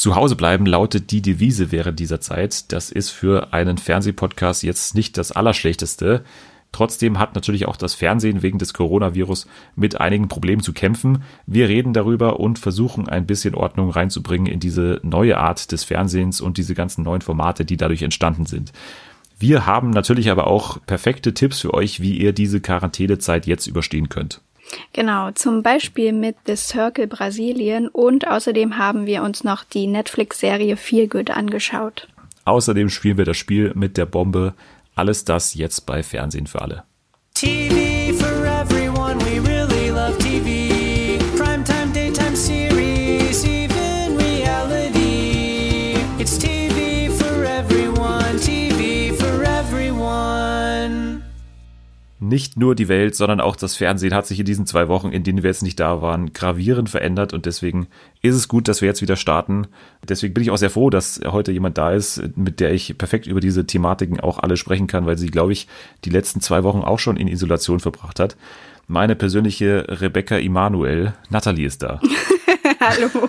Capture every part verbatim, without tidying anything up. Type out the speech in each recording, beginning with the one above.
Zu Hause bleiben lautet die Devise während dieser Zeit. Das ist für einen Fernsehpodcast jetzt nicht das Allerschlechteste. Trotzdem hat natürlich auch das Fernsehen wegen des Coronavirus mit einigen Problemen zu kämpfen. Wir reden darüber und versuchen ein bisschen Ordnung reinzubringen in diese neue Art des Fernsehens und diese ganzen neuen Formate, die dadurch entstanden sind. Wir haben natürlich aber auch perfekte Tipps für euch, wie ihr diese Quarantänezeit jetzt überstehen könnt. Genau, zum Beispiel mit The Circle Brasilien und außerdem haben wir uns noch die Netflix-Serie Feel Good angeschaut. Außerdem spielen wir das Spiel mit der Bombe. Alles das jetzt bei Fernsehen für alle. T V for everyone, we really love T V. Primetime, daytime series, even reality. It's T V for everyone, T V for everyone. Nicht nur die Welt, sondern auch das Fernsehen hat sich in diesen zwei Wochen, in denen wir jetzt nicht da waren, gravierend verändert und deswegen ist es gut, dass wir jetzt wieder starten. Deswegen bin ich auch sehr froh, dass heute jemand da ist, mit der ich perfekt über diese Thematiken auch alle sprechen kann, weil sie, glaube ich, die letzten zwei Wochen auch schon in Isolation verbracht hat. Meine persönliche Rebecca Emanuel, Nathalie ist da. Hallo.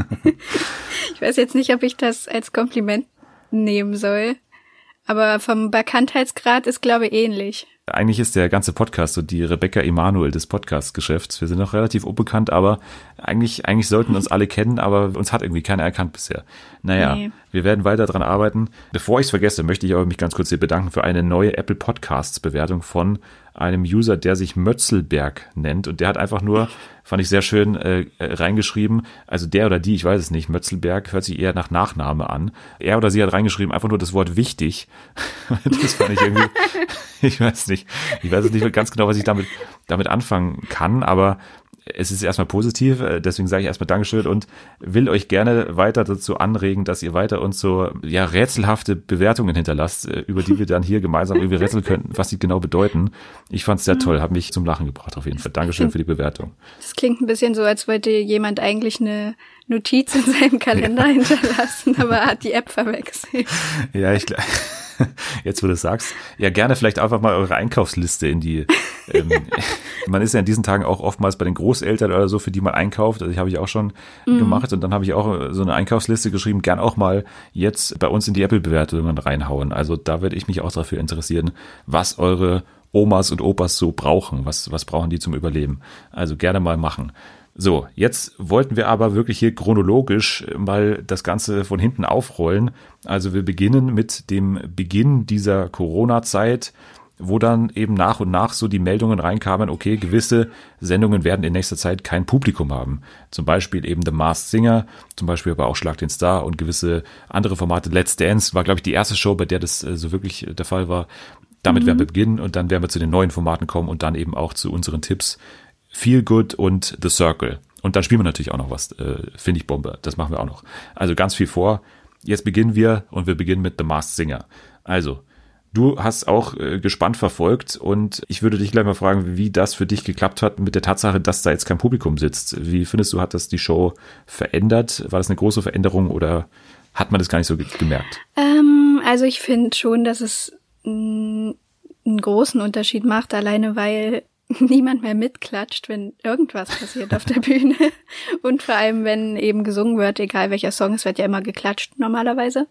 Ich weiß jetzt nicht, ob ich das als Kompliment nehmen soll, aber vom Bekanntheitsgrad ist, glaube ich, ähnlich. Eigentlich ist der ganze Podcast so die Rebecca Emanuel des Podcast-Geschäfts. Wir sind noch relativ unbekannt, aber eigentlich, eigentlich sollten uns alle kennen, aber uns hat irgendwie keiner erkannt bisher. Naja, nee. Wir werden weiter dran arbeiten. Bevor ich es vergesse, möchte ich aber mich ganz kurz hier bedanken für eine neue Apple Podcasts-Bewertung von einem User, der sich Mötzelberg nennt. Und der hat einfach nur, fand ich sehr schön, äh, reingeschrieben, also der oder die, ich weiß es nicht, Mötzelberg hört sich eher nach Nachname an. Er oder sie hat reingeschrieben, einfach nur das Wort wichtig. Das fand ich irgendwie, ich weiß nicht, ich weiß nicht ganz genau, was ich damit, damit anfangen kann, aber es ist erstmal positiv, deswegen sage ich erstmal Dankeschön und will euch gerne weiter dazu anregen, dass ihr weiter uns so ja rätselhafte Bewertungen hinterlasst, über die wir dann hier gemeinsam irgendwie rätseln könnten, was die genau bedeuten. Ich fand es sehr toll, habe mich zum Lachen gebracht auf jeden Fall. Dankeschön für die Bewertung. Das klingt ein bisschen so, als wollte jemand eigentlich eine Notiz in seinem Kalender ja. hinterlassen, aber hat die App verwechselt. Ja, ich glaube. Jetzt, wo du es sagst, ja gerne vielleicht einfach mal eure Einkaufsliste in die, ähm, man ist ja in diesen Tagen auch oftmals bei den Großeltern oder so, für die man einkauft, also ich habe ich auch schon mhm. gemacht und dann habe ich auch so eine Einkaufsliste geschrieben, gern auch mal jetzt bei uns in die Apple-Bewertungen reinhauen, also da werde ich mich auch dafür interessieren, was eure Omas und Opas so brauchen, was, was brauchen die zum Überleben, also gerne mal machen. So, jetzt wollten wir aber wirklich hier chronologisch mal das Ganze von hinten aufrollen. Also wir beginnen mit dem Beginn dieser Corona-Zeit, wo dann eben nach und nach so die Meldungen reinkamen, okay, gewisse Sendungen werden in nächster Zeit kein Publikum haben. Zum Beispiel eben The Masked Singer, zum Beispiel aber auch Schlag den Star und gewisse andere Formate. Let's Dance war, glaube ich, die erste Show, bei der das so wirklich der Fall war. Damit mhm. werden wir beginnen und dann werden wir zu den neuen Formaten kommen und dann eben auch zu unseren Tipps. Feel Good und The Circle. Und dann spielen wir natürlich auch noch was, äh, finde ich Bombe. Das machen wir auch noch. Also ganz viel vor. Jetzt beginnen wir und wir beginnen mit The Masked Singer. Also, du hast auch äh, gespannt verfolgt und ich würde dich gleich mal fragen, wie das für dich geklappt hat mit der Tatsache, dass da jetzt kein Publikum sitzt. Wie findest du, hat das die Show verändert? War das eine große Veränderung oder hat man das gar nicht so ge- gemerkt? Ähm, also ich finde schon, dass es mh, einen großen Unterschied macht, alleine weil niemand mehr mitklatscht, wenn irgendwas passiert auf der Bühne. Und vor allem, wenn eben gesungen wird, egal welcher Song, es wird ja immer geklatscht normalerweise.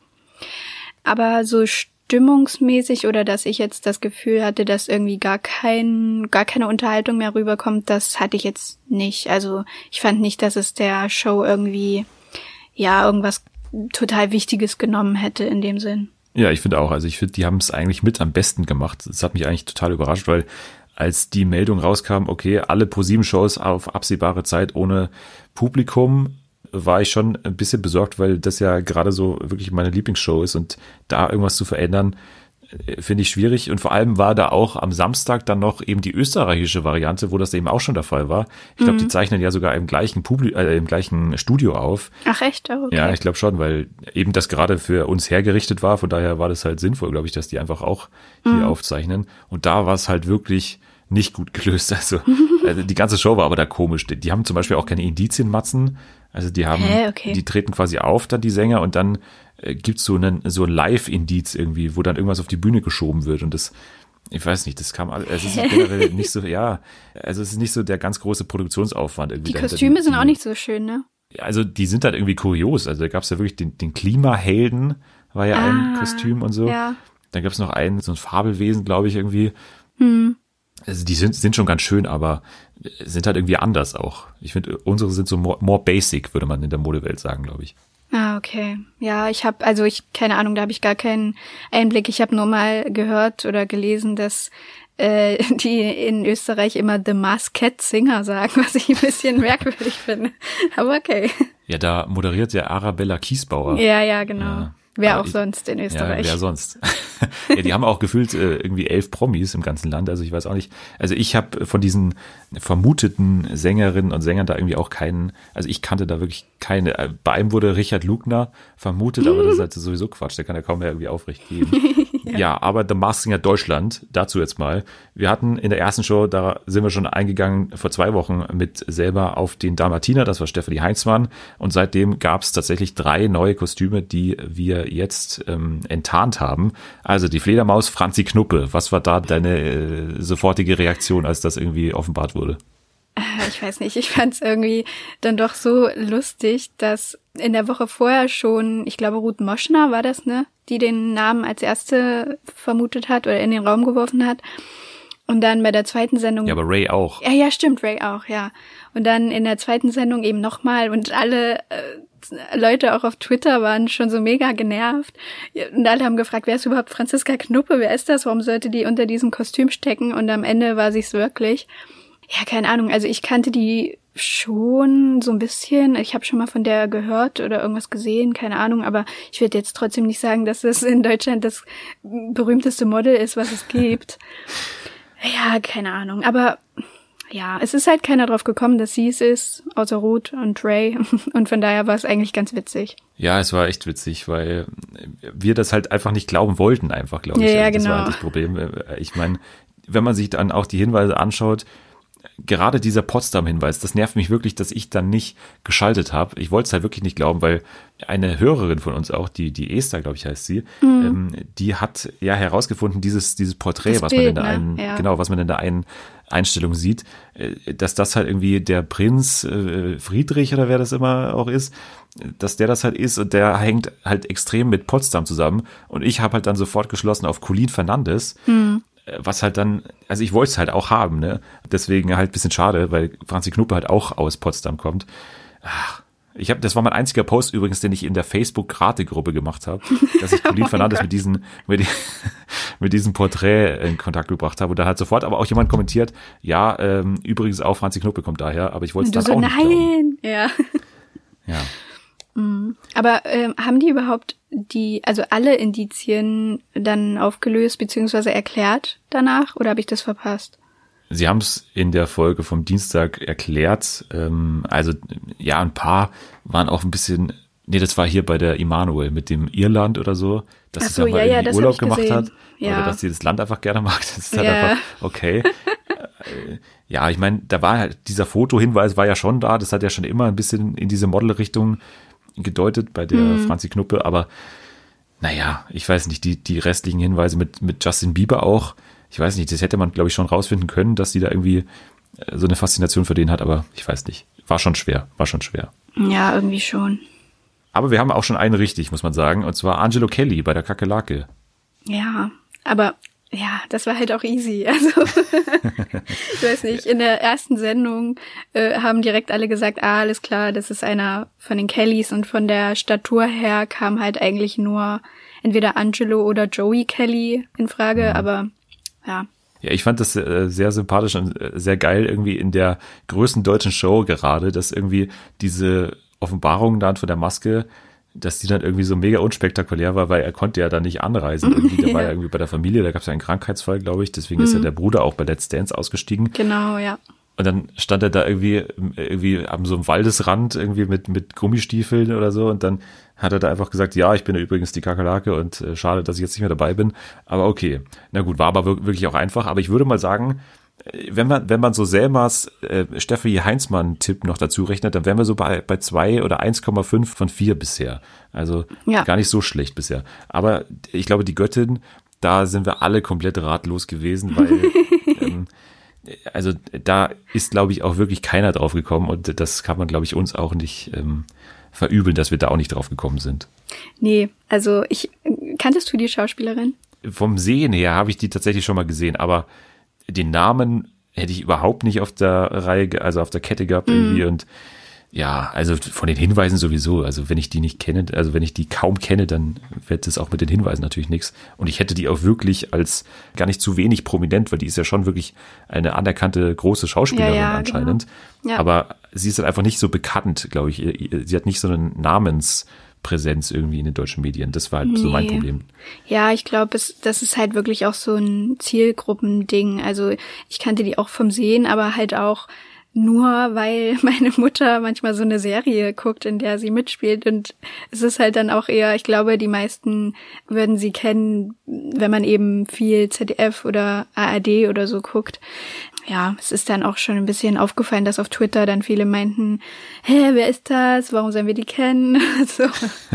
Aber so stimmungsmäßig oder dass ich jetzt das Gefühl hatte, dass irgendwie gar kein, gar keine Unterhaltung mehr rüberkommt, das hatte ich jetzt nicht. Also ich fand nicht, dass es der Show irgendwie, ja, irgendwas total Wichtiges genommen hätte in dem Sinn. Ja, ich finde auch. Also ich finde, die haben es eigentlich mit am besten gemacht. Das hat mich eigentlich total überrascht, weil als die Meldung rauskam, okay, alle ProSieben-Shows auf absehbare Zeit ohne Publikum, war ich schon ein bisschen besorgt, weil das ja gerade so wirklich meine Lieblingsshow ist und da irgendwas zu verändern, finde ich schwierig. Und vor allem war da auch am Samstag dann noch eben die österreichische Variante, wo das eben auch schon der Fall war. Ich glaube, mhm. die zeichnen ja sogar im gleichen Publi- äh, im gleichen Studio auf. Ach echt? Oh, okay. Ja, ich glaube schon, weil eben das gerade für uns hergerichtet war. Von daher war das halt sinnvoll, glaube ich, dass die einfach auch hier mhm. aufzeichnen. Und da war es halt wirklich nicht gut gelöst. Also, also die ganze Show war aber da komisch. Die, die haben zum Beispiel auch keine Indizienmatzen. Also die haben, Hä, okay. die treten quasi auf, dann die Sänger, und dann äh, gibt's so einen so ein Live-Indiz irgendwie, wo dann irgendwas auf die Bühne geschoben wird. Und das, ich weiß nicht, das kam, es ist generell nicht so, ja, also es ist nicht so der ganz große Produktionsaufwand irgendwie. Die Kostüme sind auch nicht so schön, ne? also die sind halt irgendwie kurios. Also da gab es ja wirklich den, den Klimahelden, war ja ah, ein Kostüm und so. Ja. Dann gab es noch einen, so ein Fabelwesen, glaube ich, irgendwie. Hm. Also die sind, sind schon ganz schön, aber sind halt irgendwie anders auch. Ich finde, unsere sind so more, more basic, würde man in der Modewelt sagen, glaube ich. Ah, okay. Ja, ich habe, also ich, keine Ahnung, da habe ich gar keinen Einblick. Ich habe nur mal gehört oder gelesen, dass äh, die in Österreich immer The Masked Singer sagen, was ich ein bisschen merkwürdig finde. Aber okay. Ja, da moderiert ja Arabella Kiesbauer. Ja, ja, genau. Ja. Wer Aber auch ich, sonst in Österreich. Ja, wer sonst? Ja, die haben auch gefühlt äh, irgendwie elf Promis im ganzen Land. Also ich weiß auch nicht. Also ich habe von diesen vermuteten Sängerinnen und Sängern da irgendwie auch keinen, also ich kannte da wirklich keine. Bei einem wurde Richard Lugner vermutet, aber das ist halt sowieso Quatsch. Der kann ja kaum mehr irgendwie aufrecht geben. ja. ja, aber The Masked Singer Deutschland, dazu jetzt mal. Wir hatten in der ersten Show, da sind wir schon eingegangen vor zwei Wochen mit selber auf den Dalmatiner, das war Stefanie Heinzmann. Und seitdem gab es tatsächlich drei neue Kostüme, die wir jetzt ähm, enttarnt haben. Also die Fledermaus Franzi Knuppe. Was war da deine äh, sofortige Reaktion, als das irgendwie offenbart wurde? Ich weiß nicht, ich fand es irgendwie dann doch so lustig, dass in der Woche vorher schon, ich glaube Ruth Moschner war das, ne, die den Namen als erste vermutet hat oder in den Raum geworfen hat. Und dann bei der zweiten Sendung... Ja, aber Ray auch. Ja, ja, stimmt, Ray auch, ja. Und dann in der zweiten Sendung eben nochmal und alle äh, Leute auch auf Twitter waren schon so mega genervt. Und alle haben gefragt, wer ist überhaupt Franziska Knuppe? Wer ist das? Warum sollte die unter diesem Kostüm stecken? Und am Ende war sie es wirklich. Ja, keine Ahnung. Also ich kannte die schon so ein bisschen. Ich habe schon mal von der gehört oder irgendwas gesehen, keine Ahnung. Aber ich würde jetzt trotzdem nicht sagen, dass es in Deutschland das berühmteste Model ist, was es gibt. Ja, keine Ahnung. Aber ja, es ist halt keiner drauf gekommen, dass sie es ist, außer Ruth und Ray. Und von daher war es eigentlich ganz witzig. Ja, es war echt witzig, weil wir das halt einfach nicht glauben wollten, einfach, glaube ich. Ja, ja, das genau. war halt das Problem. Ich meine, wenn man sich dann auch die Hinweise anschaut, gerade dieser Potsdam-Hinweis, das nervt mich wirklich, dass ich dann nicht geschaltet habe. Ich wollte es halt wirklich nicht glauben, weil eine Hörerin von uns auch, die die Esther, glaube ich, heißt sie, mhm. ähm, die hat ja herausgefunden, dieses dieses Porträt, das was Bild, man in der ne? einen, ja. genau, was man in der einen Einstellung sieht, äh, dass das halt irgendwie der Prinz äh, Friedrich oder wer das immer auch ist, dass der das halt ist und der hängt halt extrem mit Potsdam zusammen und ich habe halt dann sofort geschlossen auf Colin Fernandes. Mhm. Was halt dann, also ich wollte es halt auch haben, ne? Deswegen halt ein bisschen schade, weil Franzi Knuppe halt auch aus Potsdam kommt. Ach, ich habe, das war mein einziger Post übrigens, den ich in der Facebook-Rate-Gruppe gemacht habe, dass ich Colin oh Fernandes mit diesem, mit, die, mit diesem Porträt in Kontakt gebracht habe. Und da hat sofort aber auch jemand kommentiert, ja, ähm, übrigens auch Franzi Knuppe kommt daher, aber ich wollte es dann so, auch nicht nein. glauben. Ja. Ja. Mhm. Aber ähm, haben die überhaupt die, also alle Indizien dann aufgelöst bzw. erklärt danach oder habe ich das verpasst? Sie haben es in der Folge vom Dienstag erklärt. Ähm, also ja, ein paar waren auch ein bisschen, nee, das war hier bei der Immanuel mit dem Irland oder so, dass Ach sie so, da mal ja, irgendwie ja, Urlaub gemacht gesehen. hat Ja. oder dass sie das Land einfach gerne mag. Das ist halt Ja. einfach okay. Ja, ich meine, da war halt, dieser Fotohinweis war ja schon da, das hat ja schon immer ein bisschen in diese Model-Richtung gedeutet bei der Mhm. Franzi Knuppe, aber naja, ich weiß nicht, die, die restlichen Hinweise mit, mit Justin Bieber auch, ich weiß nicht, das hätte man, glaube ich, schon rausfinden können, dass sie da irgendwie so eine Faszination für den hat, aber ich weiß nicht, war schon schwer, war schon schwer. Ja, irgendwie schon. Aber wir haben auch schon einen richtig, muss man sagen, und zwar Angelo Kelly bei der Kakerlake. Ja, aber ja, das war halt auch easy. Also ich weiß nicht, in der ersten Sendung äh, haben direkt alle gesagt, ah, alles klar, das ist einer von den Kellys und von der Statur her kam halt eigentlich nur entweder Angelo oder Joey Kelly in Frage, mhm. aber ja. Ja, ich fand das äh, sehr sympathisch und äh, sehr geil irgendwie in der größten deutschen Show gerade, dass irgendwie diese Offenbarung dann von der Maske, dass die dann irgendwie so mega unspektakulär war, weil er konnte ja dann nicht anreisen. Irgendwie, der ja. war ja irgendwie bei der Familie, da gab es ja einen Krankheitsfall, glaube ich, deswegen mhm. ist ja der Bruder auch bei Let's Dance ausgestiegen. Genau, ja. Und dann stand er da irgendwie irgendwie am so einem Waldesrand irgendwie mit mit Gummistiefeln oder so und dann hat er da einfach gesagt, ja, ich bin ja übrigens die Kakerlake und äh, schade, dass ich jetzt nicht mehr dabei bin, aber okay. Na gut, war aber wirklich auch einfach, aber ich würde mal sagen, wenn man wenn man so Selmas äh, Stefanie Heinzmann-Tipp noch dazu rechnet, dann wären wir so bei bei zwei oder eins Komma fünf von vier bisher. Also ja. gar nicht so schlecht bisher. Aber ich glaube, die Göttin, da sind wir alle komplett ratlos gewesen, weil ähm, also da ist, glaube ich, auch wirklich keiner drauf gekommen und das kann man, glaube ich, uns auch nicht ähm, verübeln, dass wir da auch nicht drauf gekommen sind. Nee, also ich, kanntest du die Schauspielerin? Vom Sehen her habe ich die tatsächlich schon mal gesehen, aber den Namen hätte ich überhaupt nicht auf der Reihe, also auf der Kette gehabt irgendwie mm. und ja, also von den Hinweisen sowieso, also wenn ich die nicht kenne, also wenn ich die kaum kenne, dann wird das auch mit den Hinweisen natürlich nichts und ich hätte die auch wirklich als gar nicht zu wenig prominent, weil die ist ja schon wirklich eine anerkannte große Schauspielerin ja, ja, anscheinend, genau. ja. aber sie ist halt einfach nicht so bekannt, glaube ich, sie hat nicht so einen Namens Präsenz irgendwie in den deutschen Medien. Das war halt nee. so mein Problem. Ja, ich glaube, das ist halt wirklich auch so ein Zielgruppending. Also ich kannte die auch vom Sehen, aber halt auch nur, weil meine Mutter manchmal so eine Serie guckt, in der sie mitspielt. Und es ist halt dann auch eher, ich glaube, die meisten würden sie kennen, wenn man eben viel Z D F oder A R D oder so guckt. Ja, es ist dann auch schon ein bisschen aufgefallen, dass auf Twitter dann viele meinten, hä, wer ist das? Warum sollen wir die kennen? so.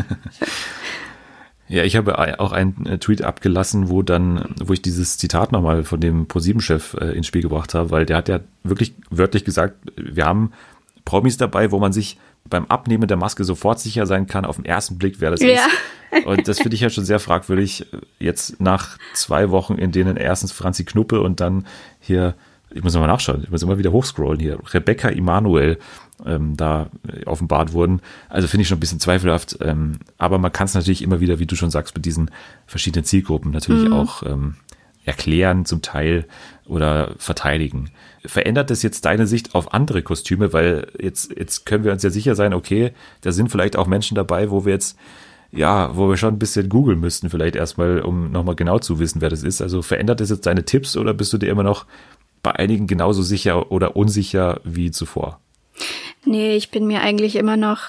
Ja, ich habe auch einen Tweet abgelassen, wo dann, wo ich dieses Zitat nochmal von dem ProSieben-Chef äh, ins Spiel gebracht habe, weil der hat ja wirklich wörtlich gesagt, wir haben Promis dabei, wo man sich beim Abnehmen der Maske sofort sicher sein kann, auf den ersten Blick, wer das ja. ist. Und das finde ich ja schon sehr fragwürdig, jetzt nach zwei Wochen, in denen erstens Franzi Knuppe und dann hier ich muss mal nachschauen, ich muss immer wieder hochscrollen hier, Rebecca Emanuel ähm, da offenbart wurden. Also finde ich schon ein bisschen zweifelhaft, ähm, aber man kann es natürlich immer wieder, wie du schon sagst, mit diesen verschiedenen Zielgruppen natürlich mhm. auch ähm, erklären zum Teil oder verteidigen. Verändert das jetzt deine Sicht auf andere Kostüme? Weil jetzt, jetzt können wir uns ja sicher sein, okay, da sind vielleicht auch Menschen dabei, wo wir jetzt ja, wo wir schon ein bisschen googeln müssten vielleicht erstmal, um nochmal genau zu wissen, wer das ist. Also verändert das jetzt deine Tipps oder bist du dir immer noch bei einigen genauso sicher oder unsicher wie zuvor? Nee, ich bin mir eigentlich immer noch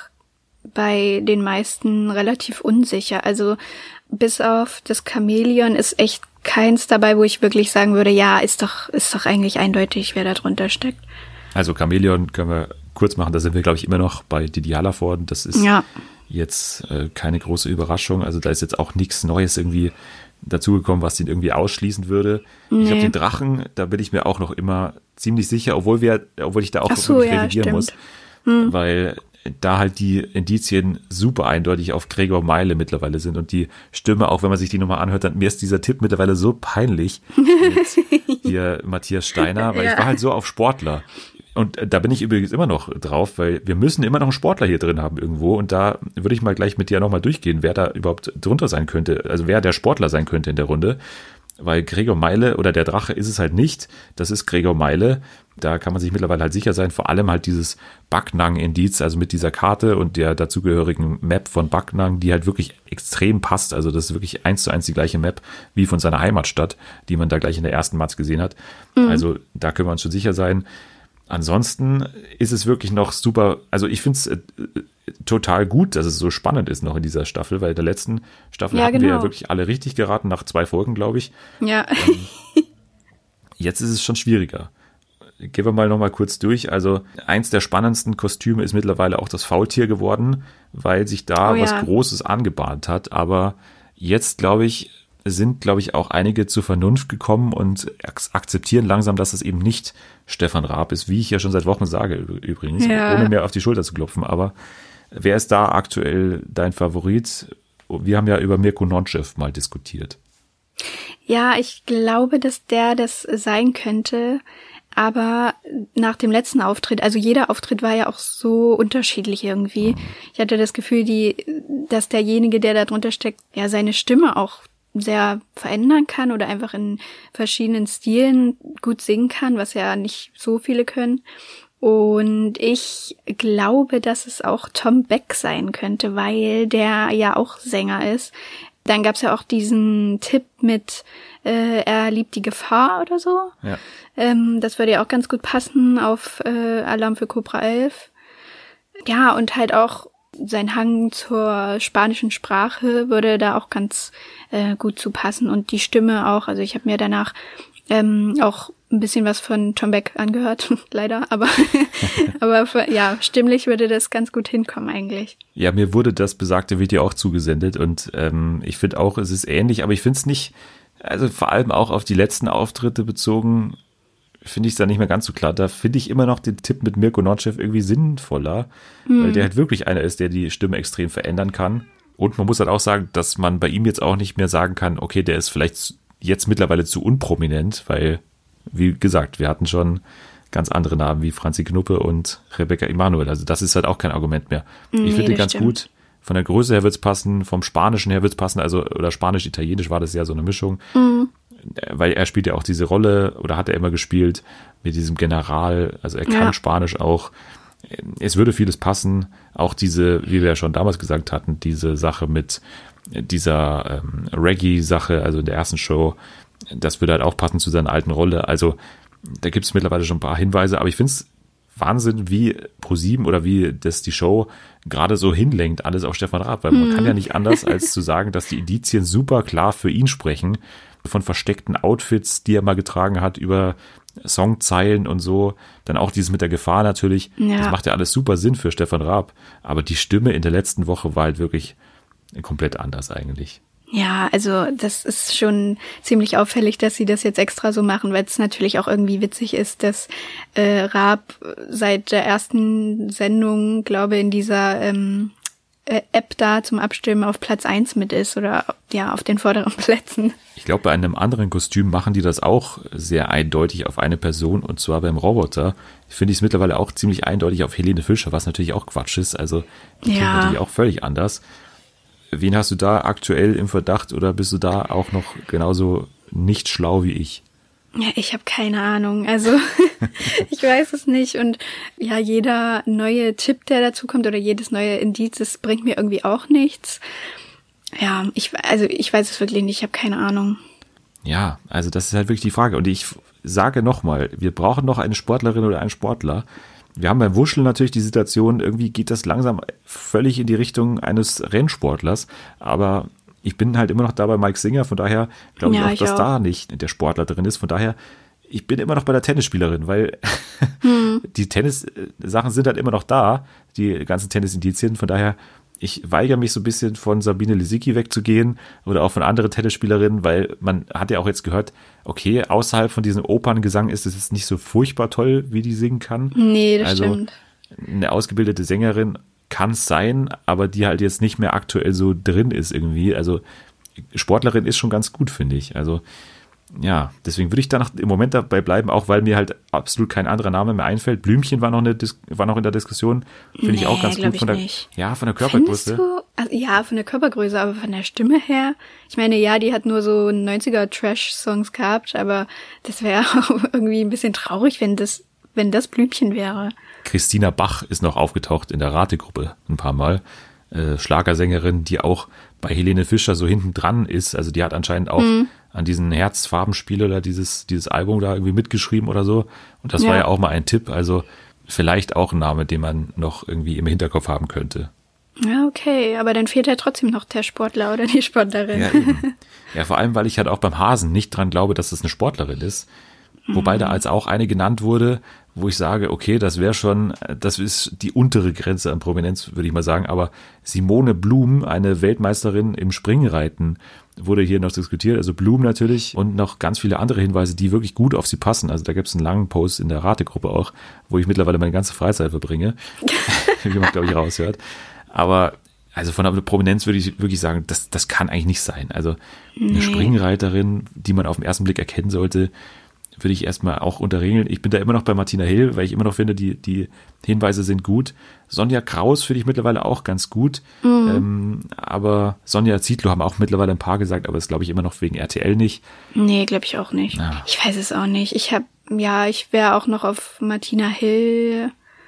bei den meisten relativ unsicher. Also bis auf das Chamäleon ist echt keins dabei, wo ich wirklich sagen würde, ja, ist doch, ist doch eigentlich eindeutig, wer da drunter steckt. Also Chamäleon können wir kurz machen, da sind wir, glaube ich, immer noch bei Didi Hallervorden. Das ist ja. jetzt äh, keine große Überraschung. Also da ist jetzt auch nichts Neues irgendwie dazugekommen, was den irgendwie ausschließen würde. Nee. Ich glaube, den Drachen, da bin ich mir auch noch immer ziemlich sicher, obwohl wir, obwohl ich da auch so, wirklich ja, revidieren stimmt. muss, hm. weil da halt die Indizien super eindeutig auf Gregor Meile mittlerweile sind und die Stimme, auch wenn man sich die nochmal anhört, dann mir ist dieser Tipp mittlerweile so peinlich mit hier Matthias Steiner, weil ja. ich war halt so auf Sportler. Und da bin ich übrigens immer noch drauf, weil wir müssen immer noch einen Sportler hier drin haben irgendwo und da würde ich mal gleich mit dir nochmal durchgehen, wer da überhaupt drunter sein könnte, also wer der Sportler sein könnte in der Runde, weil Gregor Meile oder der Drache ist es halt nicht, das ist Gregor Meile, da kann man sich mittlerweile halt sicher sein, vor allem halt dieses Backnang-Indiz, also mit dieser Karte und der dazugehörigen Map von Backnang, die halt wirklich extrem passt, also das ist wirklich eins zu eins die gleiche Map wie von seiner Heimatstadt, die man da gleich in der ersten Matz gesehen hat, mhm. also da können wir uns schon sicher sein. Ansonsten ist es wirklich noch super, also ich finde es äh, total gut, dass es so spannend ist noch in dieser Staffel, weil in der letzten Staffel ja, hatten genau. wir ja wirklich alle richtig geraten, nach zwei Folgen, glaube ich. Ja. Ähm, jetzt ist es schon schwieriger. Gehen wir mal noch mal kurz durch. Also eins der spannendsten Kostüme ist mittlerweile auch das Faultier geworden, weil sich da oh, was ja. Großes angebahnt hat. Aber jetzt, glaube ich, sind, glaube ich, auch einige zur Vernunft gekommen und akzeptieren langsam, dass es eben nicht Stefan Raab ist, wie ich ja schon seit Wochen sage übrigens, ja. ohne mir auf die Schulter zu klopfen. Aber wer ist da aktuell dein Favorit? Wir haben ja über Mirko Nonchev mal diskutiert. Ja, ich glaube, dass der das sein könnte. Aber nach dem letzten Auftritt, also jeder Auftritt war ja auch so unterschiedlich irgendwie. Ich hatte das Gefühl, die, dass derjenige, der da drunter steckt, ja seine Stimme auch sehr verändern kann oder einfach in verschiedenen Stilen gut singen kann, was ja nicht so viele können. Und ich glaube, dass es auch Tom Beck sein könnte, weil der ja auch Sänger ist. Dann gab's ja auch diesen Tipp mit, äh, er liebt die Gefahr oder so. Ja. Ähm, das würde ja auch ganz gut passen auf äh, Alarm für Cobra elf. Ja, und halt auch sein Hang zur spanischen Sprache würde da auch ganz äh, gut zu passen und die Stimme auch. Also ich habe mir danach ähm, auch ein bisschen was von Tom Beck angehört, leider, aber aber für, ja, stimmlich würde das ganz gut hinkommen eigentlich. Ja, mir wurde das besagte Video auch zugesendet und ähm, ich finde auch, es ist ähnlich, aber ich finde es nicht, also vor allem auch auf die letzten Auftritte bezogen, finde ich es dann nicht mehr ganz so klar. Da finde ich immer noch den Tipp mit Mirko Nonchev irgendwie sinnvoller, hm. weil der halt wirklich einer ist, der die Stimme extrem verändern kann. Und man muss halt auch sagen, dass man bei ihm jetzt auch nicht mehr sagen kann, okay, der ist vielleicht jetzt mittlerweile zu unprominent, weil, wie gesagt, wir hatten schon ganz andere Namen wie Franzi Knuppe und Rebecca Emanuel. Also das ist halt auch kein Argument mehr. Nee, ich finde den ganz stimmt. gut. Von der Größe her wird's passen, vom Spanischen her wird's passen, also oder Spanisch-Italienisch war das ja so eine Mischung. Mhm. Weil er spielt ja auch diese Rolle, oder hat er immer gespielt, mit diesem General, also er kann Ja. Spanisch auch. Es würde vieles passen, auch diese, wie wir ja schon damals gesagt hatten, diese Sache mit dieser ähm, Reggae-Sache, also in der ersten Show, das würde halt auch passen zu seiner alten Rolle. Also da gibt es mittlerweile schon ein paar Hinweise, aber ich finde es Wahnsinn, wie ProSieben oder wie das die Show gerade so hinlenkt, alles auf Stefan Raab, weil man Mhm. kann ja nicht anders, als zu sagen, dass die Indizien super klar für ihn sprechen, von versteckten Outfits, die er mal getragen hat, über Songzeilen und so, dann auch dieses mit der Gefahr natürlich, Ja. das macht ja alles super Sinn für Stefan Raab, aber die Stimme in der letzten Woche war halt wirklich komplett anders eigentlich. Ja, also das ist schon ziemlich auffällig, dass sie das jetzt extra so machen, weil es natürlich auch irgendwie witzig ist, dass äh, Raab seit der ersten Sendung, glaube in dieser ähm, äh, App da zum Abstimmen auf Platz eins mit ist oder ja auf den vorderen Plätzen. Ich glaube, bei einem anderen Kostüm machen die das auch sehr eindeutig auf eine Person, und zwar beim Roboter. Finde ich es mittlerweile auch ziemlich eindeutig auf Helene Fischer, was natürlich auch Quatsch ist. Also die Ja. klingt natürlich auch völlig anders. Wen hast du da aktuell im Verdacht, oder bist du da auch noch genauso nicht schlau wie ich? Ja, ich habe keine Ahnung. Also ich weiß es nicht. Und ja, jeder neue Tipp, der dazu kommt, oder jedes neue Indiz, das bringt mir irgendwie auch nichts. Ja, ich also ich weiß es wirklich nicht. Ich habe keine Ahnung. Ja, also das ist halt wirklich die Frage. Und ich sage nochmal, wir brauchen noch eine Sportlerin oder einen Sportler. Wir haben beim Wuscheln natürlich die Situation, irgendwie geht das langsam völlig in die Richtung eines Rennsportlers, aber ich bin halt immer noch da bei Mike Singer, von daher glaube ich Ja, auch, ich dass auch. da nicht der Sportler drin ist, von daher, ich bin immer noch bei der Tennisspielerin, weil Hm. die Tennis-Sachen sind halt immer noch da, die ganzen Tennisindizien, von daher, ich weigere mich so ein bisschen von Sabine Lisicki wegzugehen oder auch von anderen Tennisspielerinnen, weil man hat ja auch jetzt gehört, okay, außerhalb von diesem Operngesang ist es jetzt nicht so furchtbar toll, wie die singen kann. Nee, das Also stimmt. eine ausgebildete Sängerin kann es sein, aber die halt jetzt nicht mehr aktuell so drin ist irgendwie. Also Sportlerin ist schon ganz gut, finde ich. Also ja, deswegen würde ich da noch im Moment dabei bleiben, auch weil mir halt absolut kein anderer Name mehr einfällt. Blümchen war noch, eine Dis- war noch in der Diskussion, finde ich Nee, auch ganz glaub gut von ich der, nicht. ja, von der Findest Körpergröße. du? Also, ja, von der Körpergröße, aber von der Stimme her. Ich meine, ja, die hat nur so neunziger Trash-Songs gehabt, aber das wäre auch irgendwie ein bisschen traurig, wenn das, wenn das Blümchen wäre. Christina Bach ist noch aufgetaucht in der Rategruppe ein paar Mal. Äh, Schlagersängerin, die auch bei Helene Fischer so hinten dran ist. Also die hat anscheinend auch Mhm. an diesen Herzfarbenspiel oder dieses, dieses Album da irgendwie mitgeschrieben oder so. Und das Ja. war ja auch mal ein Tipp. Also vielleicht auch ein Name, den man noch irgendwie im Hinterkopf haben könnte. Ja, okay, aber dann fehlt ja trotzdem noch der Sportler oder die Sportlerin. Ja, eben. Ja, vor allem, weil ich halt auch beim Hasen nicht dran glaube, dass das eine Sportlerin ist. Wobei da als auch eine genannt wurde, wo ich sage, okay, das wäre schon, das ist die untere Grenze an Prominenz, würde ich mal sagen. Aber Simone Blum, eine Weltmeisterin im Springreiten, wurde hier noch diskutiert. Also Blum natürlich und noch ganz viele andere Hinweise, die wirklich gut auf sie passen. Also da gibt es einen langen Post in der Rategruppe auch, wo ich mittlerweile meine ganze Freizeit verbringe, wie man, glaube ich, raushört. Aber also von der Prominenz würde ich wirklich sagen, das, das kann eigentlich nicht sein. Also eine Nee. Springreiterin, die man auf den ersten Blick erkennen sollte, würde ich erstmal auch unterregeln. Ich bin da immer noch bei Martina Hill, weil ich immer noch finde, die, die Hinweise sind gut. Sonja Kraus finde ich mittlerweile auch ganz gut. Ähm, aber Sonja Zietlow haben auch mittlerweile ein paar gesagt, aber das glaube ich immer noch wegen R T L nicht. Nee, glaube ich auch nicht. Ja. Ich weiß es auch nicht. Ich habe, ja, ich wäre auch noch auf Martina Hill,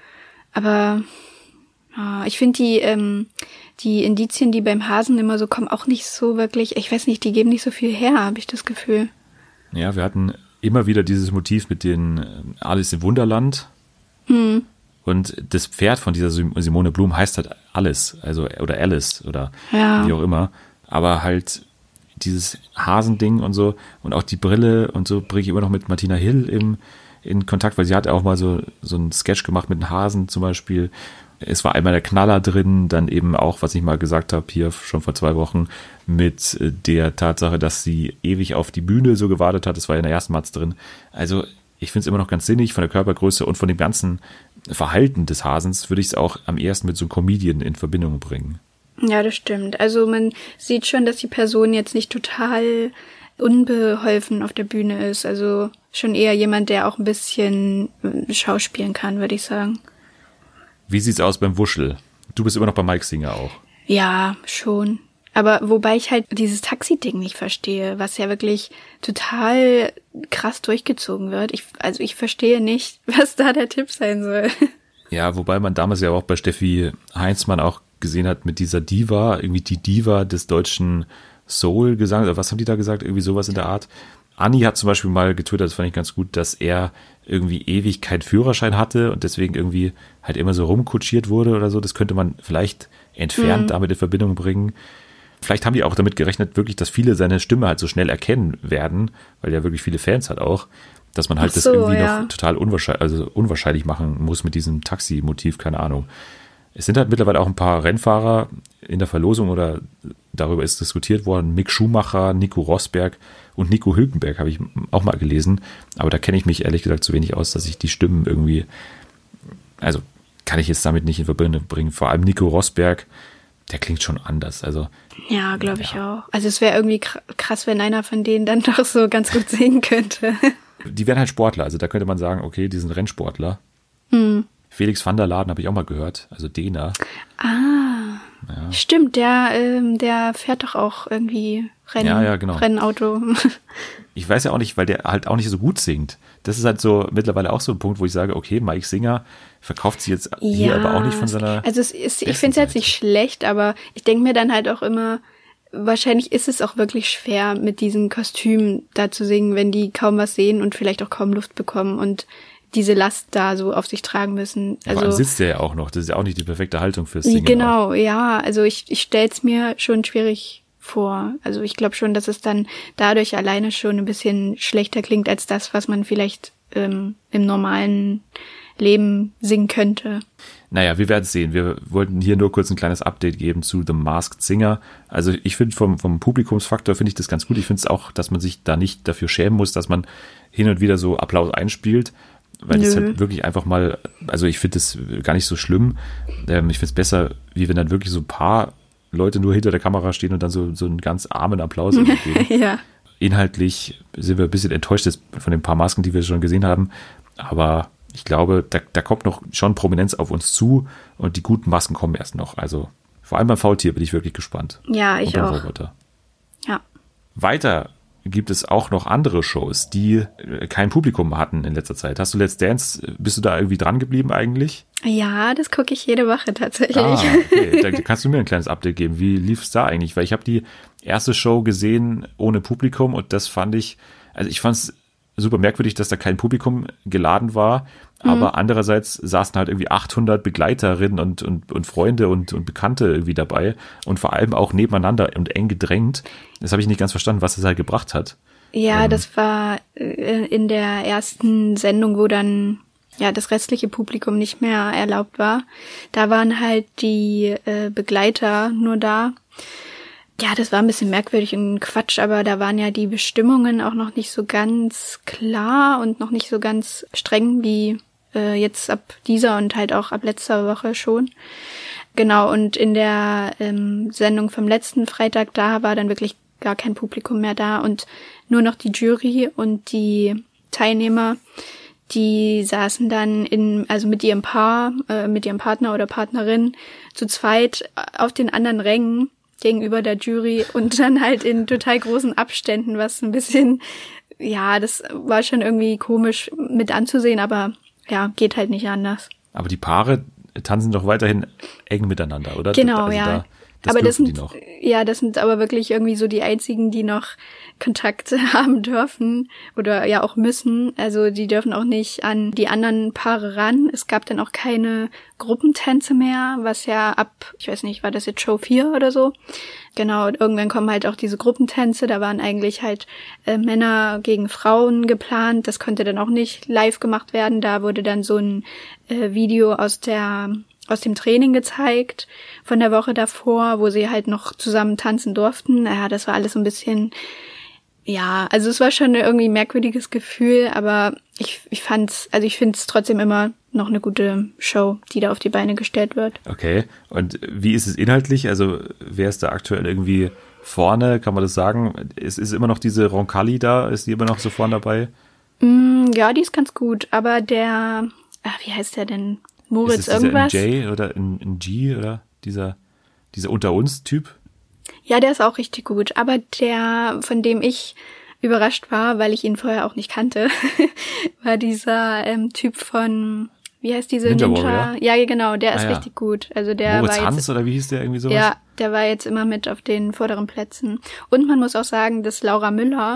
aber ja, ich finde die, ähm, die Indizien, die beim Hasen immer so kommen, auch nicht so wirklich, ich weiß nicht, die geben nicht so viel her, habe ich das Gefühl. Ja, wir hatten immer wieder dieses Motiv mit den ähm, Alice im Wunderland. Hm. Und das Pferd von dieser Sim- Simone Blum heißt halt Alice, also oder Alice oder Ja. wie auch immer. Aber halt dieses Hasending und so und auch die Brille und so bringe ich immer noch mit Martina Hill im, in Kontakt, weil sie hat auch mal so, so einen Sketch gemacht mit einem Hasen zum Beispiel. Es war einmal der Knaller drin, dann eben auch, was ich mal gesagt habe, hier schon vor zwei Wochen, mit äh, der Tatsache, dass sie ewig auf die Bühne so gewartet hat. Das war ja in der ersten Matz drin. Also ich finde es immer noch ganz sinnig von der Körpergröße und von dem ganzen Verhalten des Hasens würde ich es auch am ehesten mit so einem Comedian in Verbindung bringen. Ja, das stimmt. Also man sieht schon, dass die Person jetzt nicht total unbeholfen auf der Bühne ist. Also schon eher jemand, der auch ein bisschen schauspielen kann, würde ich sagen. Wie sieht's aus beim Wuschel? Du bist immer noch bei Mike Singer auch. Ja, schon. Aber wobei ich halt dieses Taxi-Ding nicht verstehe, was ja wirklich total krass durchgezogen wird. Ich, also ich verstehe nicht, was da der Tipp sein soll. Ja, wobei man damals ja auch bei Steffi Heinzmann auch gesehen hat mit dieser Diva, irgendwie die Diva des deutschen Soul-Gesangs, oder was haben die da gesagt? Irgendwie sowas in der Art. Anni hat zum Beispiel mal getwittert, das fand ich ganz gut, dass er irgendwie ewig keinen Führerschein hatte und deswegen irgendwie halt immer so rumkutschiert wurde oder so. Das könnte man vielleicht entfernt mhm. damit in Verbindung bringen. Vielleicht haben die auch damit gerechnet, wirklich, dass viele seine Stimme halt so schnell erkennen werden, weil er wirklich viele Fans hat auch, dass man halt so, das irgendwie ja. noch total unwahrscheinlich, also unwahrscheinlich machen muss mit diesem Taxi-Motiv, keine Ahnung. Es sind halt mittlerweile auch ein paar Rennfahrer in der Verlosung oder darüber ist diskutiert worden. Mick Schumacher, Nico Rosberg und Nico Hülkenberg habe ich auch mal gelesen. Aber da kenne ich mich ehrlich gesagt zu wenig aus, dass ich die Stimmen irgendwie, also kann ich jetzt damit nicht in Verbindung bringen. Vor allem Nico Rosberg, der klingt schon anders. Also ja, glaube ja. ich auch. Also es wäre irgendwie krass, wenn einer von denen dann doch so ganz gut singen könnte. Die wären halt Sportler. Also da könnte man sagen, okay, die sind Rennsportler. Hm. Felix van der Laden habe ich auch mal gehört, also Dena. Ah, ja. Stimmt, der, ähm, der fährt doch auch irgendwie Renn, ja, ja, genau. Rennauto. Ich weiß ja auch nicht, weil der halt auch nicht so gut singt. Das ist halt so mittlerweile auch so ein Punkt, wo ich sage, okay, Mike Singer verkauft sich jetzt hier ja, aber auch nicht von seiner Also es ist, ich finde es jetzt nicht schlecht, aber ich denke mir dann halt auch immer, wahrscheinlich ist es auch wirklich schwer, mit diesen Kostümen da zu singen, wenn die kaum was sehen und vielleicht auch kaum Luft bekommen und diese Last da so auf sich tragen müssen. Also, aber dann sitzt der ja auch noch. Das ist ja auch nicht die perfekte Haltung fürs Singen. Genau, auch. ja. Also ich, ich stelle es mir schon schwierig vor. Also ich glaube schon, dass es dann dadurch alleine schon ein bisschen schlechter klingt als das, was man vielleicht ähm, im normalen Leben singen könnte. Naja, wir werden es sehen. Wir wollten hier nur kurz ein kleines Update geben zu The Masked Singer. Also ich finde vom, vom Publikumsfaktor finde ich das ganz gut. Ich finde es auch, dass man sich da nicht dafür schämen muss, dass man hin und wieder so Applaus einspielt. Weil Nö. das halt wirklich einfach mal, also ich finde das gar nicht so schlimm. Ähm, ich finde es besser, wie wenn dann wirklich so ein paar Leute nur hinter der Kamera stehen und dann so, so einen ganz armen Applaus geben. Ja. Inhaltlich sind wir ein bisschen enttäuscht von den paar Masken, die wir schon gesehen haben. Aber ich glaube, da, da kommt noch schon Prominenz auf uns zu und die guten Masken kommen erst noch. Also vor allem beim Faultier bin ich wirklich gespannt. Ja, ich und beim auch. Roboter. Ja. Weiter gibt es auch noch andere Shows, die kein Publikum hatten in letzter Zeit. Hast du Let's Dance, bist du da irgendwie dran geblieben eigentlich? Ja, das gucke ich jede Woche tatsächlich. Ah, okay. Da kannst du mir ein kleines Update geben. Wie lief es da eigentlich? Weil ich habe die erste Show gesehen ohne Publikum und das fand ich, also ich fand es super merkwürdig, dass da kein Publikum geladen war, aber mhm. andererseits saßen halt irgendwie achthundert Begleiterinnen und, und, und Freunde und, und Bekannte irgendwie dabei und vor allem auch nebeneinander und eng gedrängt. Das habe ich nicht ganz verstanden, was das halt gebracht hat. Ja, ähm, das war äh, in der ersten Sendung, wo dann ja das restliche Publikum nicht mehr erlaubt war. Da waren halt die äh, Begleiter nur da. Ja, das war ein bisschen merkwürdig und Quatsch, aber da waren ja die Bestimmungen auch noch nicht so ganz klar und noch nicht so ganz streng wie äh, jetzt ab dieser und halt auch ab letzter Woche schon. Genau, und in der ähm, Sendung vom letzten Freitag, da war dann wirklich gar kein Publikum mehr da und nur noch die Jury und die Teilnehmer, die saßen dann in, also mit ihrem Paar, äh, mit ihrem Partner oder Partnerin zu zweit auf den anderen Rängen gegenüber der Jury und dann halt in total großen Abständen, was ein bisschen, ja, das war schon irgendwie komisch mit anzusehen, aber ja, geht halt nicht anders. Aber die Paare tanzen doch weiterhin eng miteinander, oder? Genau, also ja. Da, das aber das sind, die noch. ja, das sind aber wirklich irgendwie so die einzigen, die noch Kontakt haben dürfen oder ja auch müssen. Also die dürfen auch nicht an die anderen Paare ran. Es gab dann auch keine Gruppentänze mehr, was ja ab, ich weiß nicht, war das jetzt Show vier oder so? Genau, und irgendwann kommen halt auch diese Gruppentänze. Da waren eigentlich halt äh, Männer gegen Frauen geplant. Das konnte dann auch nicht live gemacht werden. Da wurde dann so ein äh, Video aus der aus dem Training gezeigt von der Woche davor, wo sie halt noch zusammen tanzen durften. Ja, das war alles so ein bisschen, Ja, also es war schon irgendwie ein merkwürdiges Gefühl, aber ich, ich fand's, also ich finde es trotzdem immer noch eine gute Show, die da auf die Beine gestellt wird. Okay, und wie ist es inhaltlich? Also wer ist da aktuell irgendwie vorne, kann man das sagen? Ist, ist immer noch diese Roncalli da? Ist die immer noch so vorne dabei? Mm, ja, die ist ganz gut, aber der, ach, wie heißt der denn? Moritz ist es irgendwas? Dieser N J oder ein G oder dieser, dieser Unter-uns-Typ? Ja, der ist auch richtig gut, aber der, von dem ich überrascht war, weil ich ihn vorher auch nicht kannte, war dieser ähm, Typ von, wie heißt diese Ninja Ninja? Warrior? Ja, genau, der ist Ah, ja. richtig gut. Also der Moritz war Hans jetzt, oder wie hieß der irgendwie sowas? ja, der war jetzt immer mit auf den vorderen Plätzen. Und man muss auch sagen, dass Laura Müller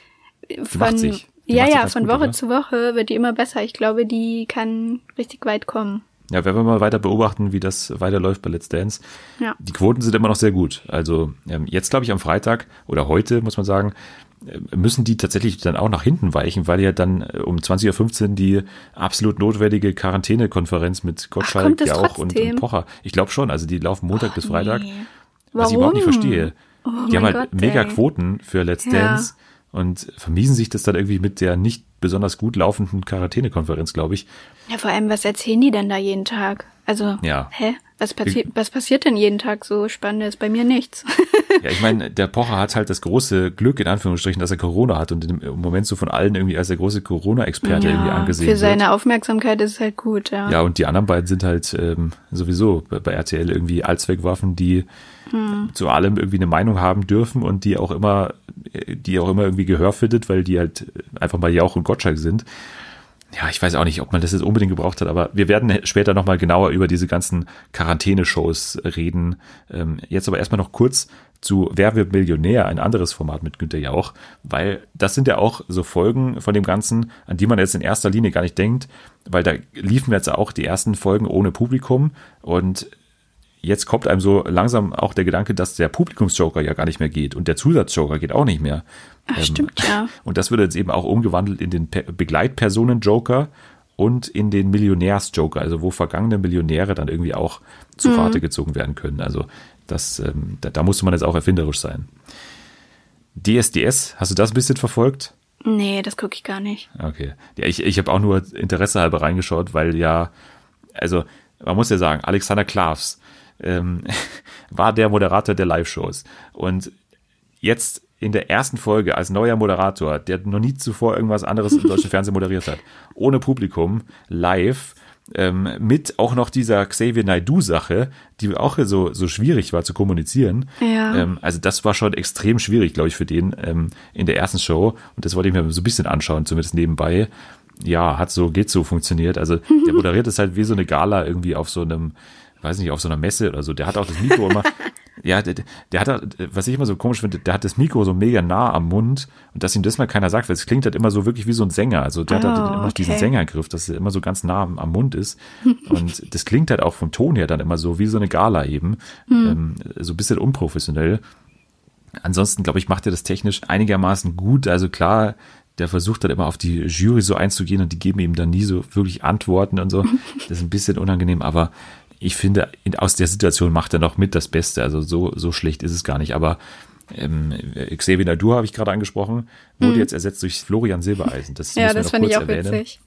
von, macht sich. Die ja, macht sich ja, ganz von gut, Woche oder? zu Woche wird die immer besser. Ich glaube, die kann richtig weit kommen. Ja, werden wir mal weiter beobachten, wie das weiterläuft bei Let's Dance. Ja. Die Quoten sind immer noch sehr gut. Also ähm, jetzt, glaube ich, am Freitag oder heute, muss man sagen, äh, müssen die tatsächlich dann auch nach hinten weichen, weil ja dann äh, um zwanzig Uhr fünfzehn die absolut notwendige Quarantänekonferenz mit Gottschalk, kommt das Jauch und, trotzdem? und Pocher. Ich glaube schon, also die laufen Montag Oh, bis Freitag. nee. Was ich überhaupt nicht Warum? verstehe. Oh, die haben mein halt Gott, mega ey. Quoten für Let's Ja. Dance und vermiesen sich das dann irgendwie mit der nicht besonders gut laufenden Quarantänekonferenz, glaube ich. Ja, vor allem, was erzählen die denn da jeden Tag? Also, Ja. hä? Was passiert, was passiert denn jeden Tag so Spannendes? Bei mir nichts. Ja, ich meine, der Pocher hat halt das große Glück, in Anführungsstrichen, dass er Corona hat und im Moment so von allen irgendwie als der große Corona-Experte irgendwie angesehen für seine wird. Aufmerksamkeit ist es halt gut, ja. Ja, und die anderen beiden sind halt ähm, sowieso bei, bei R T L irgendwie Allzweckwaffen, die hm. zu allem irgendwie eine Meinung haben dürfen und die auch immer, die auch immer irgendwie Gehör findet, weil die halt einfach mal Jauch und Gottschalk sind. Ja, ich weiß auch nicht, ob man das jetzt unbedingt gebraucht hat, aber wir werden später nochmal genauer über diese ganzen Quarantäne-Shows reden. Ähm, jetzt aber erstmal noch kurz zu Wer wird Millionär, ein anderes Format mit Günther Jauch, weil das sind ja auch so Folgen von dem Ganzen, an die man jetzt in erster Linie gar nicht denkt, weil da liefen jetzt auch die ersten Folgen ohne Publikum und jetzt kommt einem so langsam auch der Gedanke, dass der Publikumsjoker ja gar nicht mehr geht und der Zusatzjoker geht auch nicht mehr. Ach, stimmt, ja. Und das wird jetzt eben auch umgewandelt in den Pe- Begleitpersonen-Joker und in den Millionärs-Joker, also wo vergangene Millionäre dann irgendwie auch zu Rate mhm. gezogen werden können. Also das, ähm, da, da musste man jetzt auch erfinderisch sein. D S D S, hast du das ein bisschen verfolgt? Nee, das gucke ich gar nicht. Okay. Ja, ich, ich habe auch nur Interesse halber reingeschaut, weil ja, also man muss ja sagen, Alexander Klavs ähm, war der Moderator der Live-Shows. Und jetzt in der ersten Folge als neuer Moderator, der noch nie zuvor irgendwas anderes im deutschen Fernsehen moderiert hat, ohne Publikum, live, ähm, mit auch noch dieser Xavier Naidoo-Sache, die auch so, so schwierig war zu kommunizieren. Ja. Ähm, also das war schon extrem schwierig, glaube ich, für den ähm, in der ersten Show. Und das wollte ich mir so ein bisschen anschauen, zumindest nebenbei. Ja, hat so, geht so funktioniert. Also der moderiert es halt wie so eine Gala irgendwie auf so einem, weiß nicht, auf so einer Messe oder so. Der hat auch das Mikro immer, ja, der, der hat, was ich immer so komisch finde, der hat das Mikro so mega nah am Mund und dass ihm das mal keiner sagt, weil es klingt halt immer so wirklich wie so ein Sänger. Also der Oh, hat halt immer okay. diesen Sängergriff, dass er immer so ganz nah am, am Mund ist. Und das klingt halt auch vom Ton her dann immer so wie so eine Gala eben. Hm. Ähm, so ein bisschen unprofessionell. Ansonsten, glaube ich, macht er das technisch einigermaßen gut. Also klar, der versucht dann immer auf die Jury so einzugehen und die geben ihm dann nie so wirklich Antworten und so. Das ist ein bisschen unangenehm, aber ich finde, in, aus der Situation macht er noch mit das Beste. Also so, so schlecht ist es gar nicht. Aber ähm, Xavier Naidoo habe ich gerade angesprochen, wurde mhm. jetzt ersetzt durch Florian Silbereisen. Das ja, muss man das noch fand kurz ich auch erwähnen. witzig.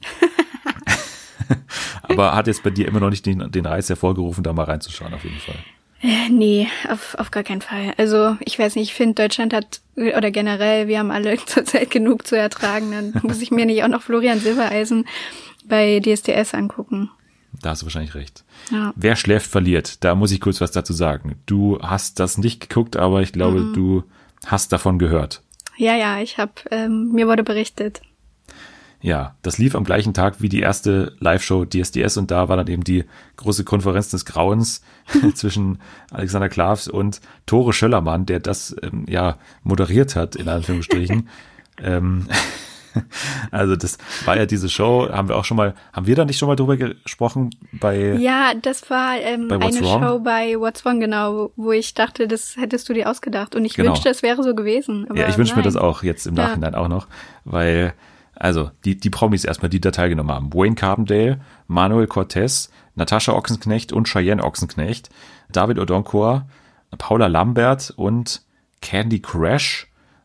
Aber hat jetzt bei dir immer noch nicht den, den Reiz hervorgerufen, da mal reinzuschauen, auf jeden Fall. Äh, nee, auf, auf gar keinen Fall. Also ich weiß nicht, ich finde, Deutschland hat, oder generell, wir haben alle zurzeit genug zu ertragen. Dann muss ich mir nicht auch noch Florian Silbereisen bei D S D S angucken. Da hast du wahrscheinlich recht. Ja. Wer schläft, verliert. Da muss ich kurz was dazu sagen. Du hast das nicht geguckt, aber ich glaube, mhm. du hast davon gehört. Ja, ja, ich habe, ähm, mir wurde berichtet. Ja, das lief am gleichen Tag wie die erste Live-Show D S D S und da war dann eben die große Konferenz des Grauens zwischen Alexander Klavs und Tore Schöllermann, der das ähm, ja moderiert hat, in Anführungsstrichen. ähm, also das war ja diese Show, haben wir auch schon mal, haben wir da nicht schon mal drüber gesprochen bei Ja, das war ähm, bei eine Wrong? Show bei What's Wrong, genau, wo ich dachte, das hättest du dir ausgedacht und ich Genau. wünschte, es wäre so gewesen. Aber ja, ich wünsche mir nein. das auch jetzt im Ja. Nachhinein auch noch, weil also die, die Promis erstmal, die da teilgenommen haben. Wayne Carbondale, Manuel Cortez, Natascha Ochsenknecht und Cheyenne Ochsenknecht, David Odonkor, Paula Lambert und Candy Crash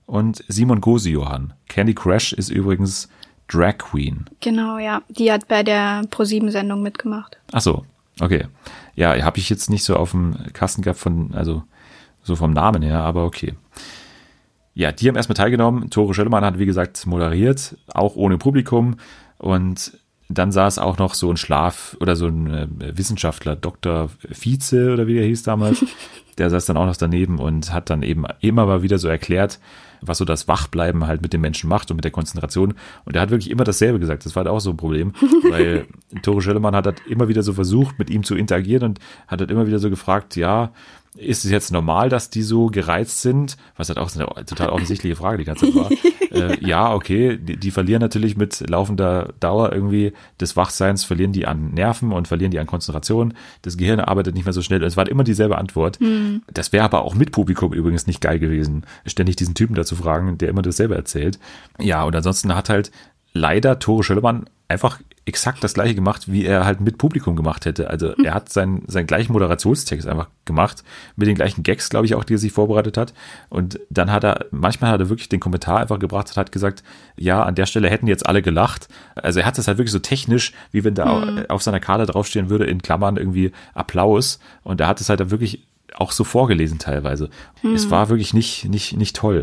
und Simon Gose-Johann. Candy Crash ist übrigens Drag Queen. Genau, ja. Die hat bei der ProSieben-Sendung mitgemacht. Ach so, okay. Ja, habe ich jetzt nicht so auf dem Kasten gehabt von, also so vom Namen her, aber okay. Ja, die haben erstmal teilgenommen. Tore Schönemann hat, wie gesagt, moderiert, auch ohne Publikum. Und dann saß auch noch so ein Schlaf- oder so ein äh, Wissenschaftler, Doktor Vize oder wie der hieß damals. Der saß dann auch noch daneben und hat dann eben immer mal wieder so erklärt, was so das Wachbleiben halt mit dem Menschen macht und mit der Konzentration. Und er hat wirklich immer dasselbe gesagt. Das war halt auch so ein Problem, weil Tore Schönemann hat halt immer wieder so versucht, mit ihm zu interagieren und hat halt immer wieder so gefragt, ja, ist es jetzt normal, dass die so gereizt sind? Was halt auch so eine total offensichtliche Frage die ganze Zeit war. äh, ja, okay, die, die verlieren natürlich mit laufender Dauer irgendwie des Wachseins, verlieren die an Nerven und verlieren die an Konzentration. Das Gehirn arbeitet nicht mehr so schnell. Und es war immer dieselbe Antwort. Mhm. Das wäre aber auch mit Publikum übrigens nicht geil gewesen, ständig diesen Typen dazu fragen, der immer dasselbe erzählt. Ja, und ansonsten hat halt leider Tore Schönemann einfach exakt das gleiche gemacht, wie er halt mit Publikum gemacht hätte. Also er hat seinen, seinen gleichen Moderationstext einfach gemacht, mit den gleichen Gags, glaube ich, auch, die er sich vorbereitet hat. Und dann hat er, manchmal hat er wirklich den Kommentar einfach gebracht und hat gesagt, ja, an der Stelle hätten jetzt alle gelacht. Also er hat das halt wirklich so technisch, wie wenn da mhm. auf seiner Karte draufstehen würde, in Klammern irgendwie Applaus. Und er hat es halt dann wirklich auch so vorgelesen teilweise. Mhm. Es war wirklich nicht, nicht, nicht toll.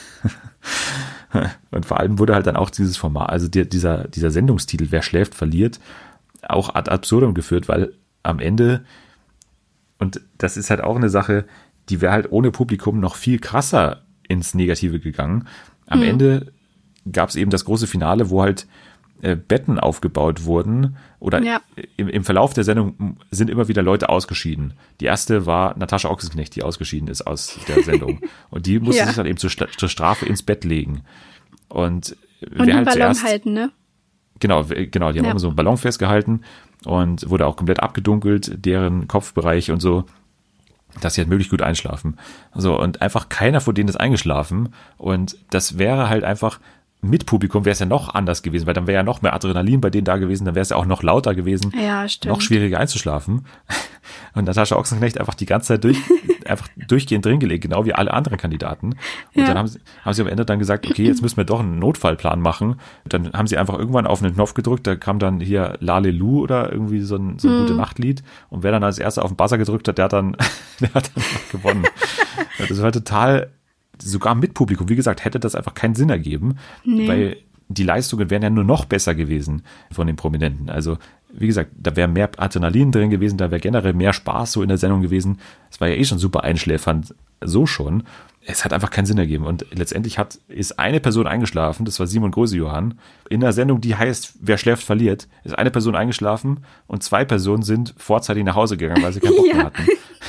Und vor allem wurde halt dann auch dieses Format, also der, dieser, dieser Sendungstitel, wer schläft, verliert, auch ad absurdum geführt, weil am Ende, und das ist halt auch eine Sache, die wäre halt ohne Publikum noch viel krasser ins Negative gegangen. Am mhm. Ende gab es eben das große Finale, wo halt äh, Betten aufgebaut wurden oder ja. im, im Verlauf der Sendung sind immer wieder Leute ausgeschieden. Die erste war Natascha Ochsenknecht, die ausgeschieden ist aus der Sendung. Und die musste ja. sich dann eben zur, zur Strafe ins Bett legen. Und, und den halt Ballon zuerst, halten, ne? Genau, genau, die haben ja. immer so einen Ballon festgehalten und wurde auch komplett abgedunkelt, deren Kopfbereich und so, dass sie halt möglichst gut einschlafen. So, und einfach keiner von denen ist eingeschlafen. Und das wäre halt einfach, mit Publikum wäre es ja noch anders gewesen, weil dann wäre ja noch mehr Adrenalin bei denen da gewesen, dann wäre es ja auch noch lauter gewesen, ja, stimmt. noch schwieriger einzuschlafen. Und Natascha Ochsenknecht einfach die ganze Zeit durch, einfach durchgehend drin gelegt, genau wie alle anderen Kandidaten. Und ja. dann haben sie, haben sie am Ende dann gesagt, okay, jetzt müssen wir doch einen Notfallplan machen. Und dann haben sie einfach irgendwann auf einen Knopf gedrückt, da kam dann hier Lalelu oder irgendwie so ein, so ein hm. Gute-Nacht-Lied. Und wer dann als erster auf den Buzzer gedrückt hat, der hat dann, der hat dann gewonnen. Das war total, sogar mit Publikum, wie gesagt, hätte das einfach keinen Sinn ergeben, nee. weil die Leistungen wären ja nur noch besser gewesen von den Prominenten. Also, wie gesagt, da wäre mehr Adrenalin drin gewesen, da wäre generell mehr Spaß so in der Sendung gewesen. Es war ja eh schon super einschläfernd, so schon. Es hat einfach keinen Sinn ergeben. Und letztendlich hat, ist eine Person eingeschlafen, das war Simon Gose-Johann. In einer Sendung, die heißt, wer schläft, verliert, ist eine Person eingeschlafen und zwei Personen sind vorzeitig nach Hause gegangen, weil sie keinen Bock ja. mehr hatten.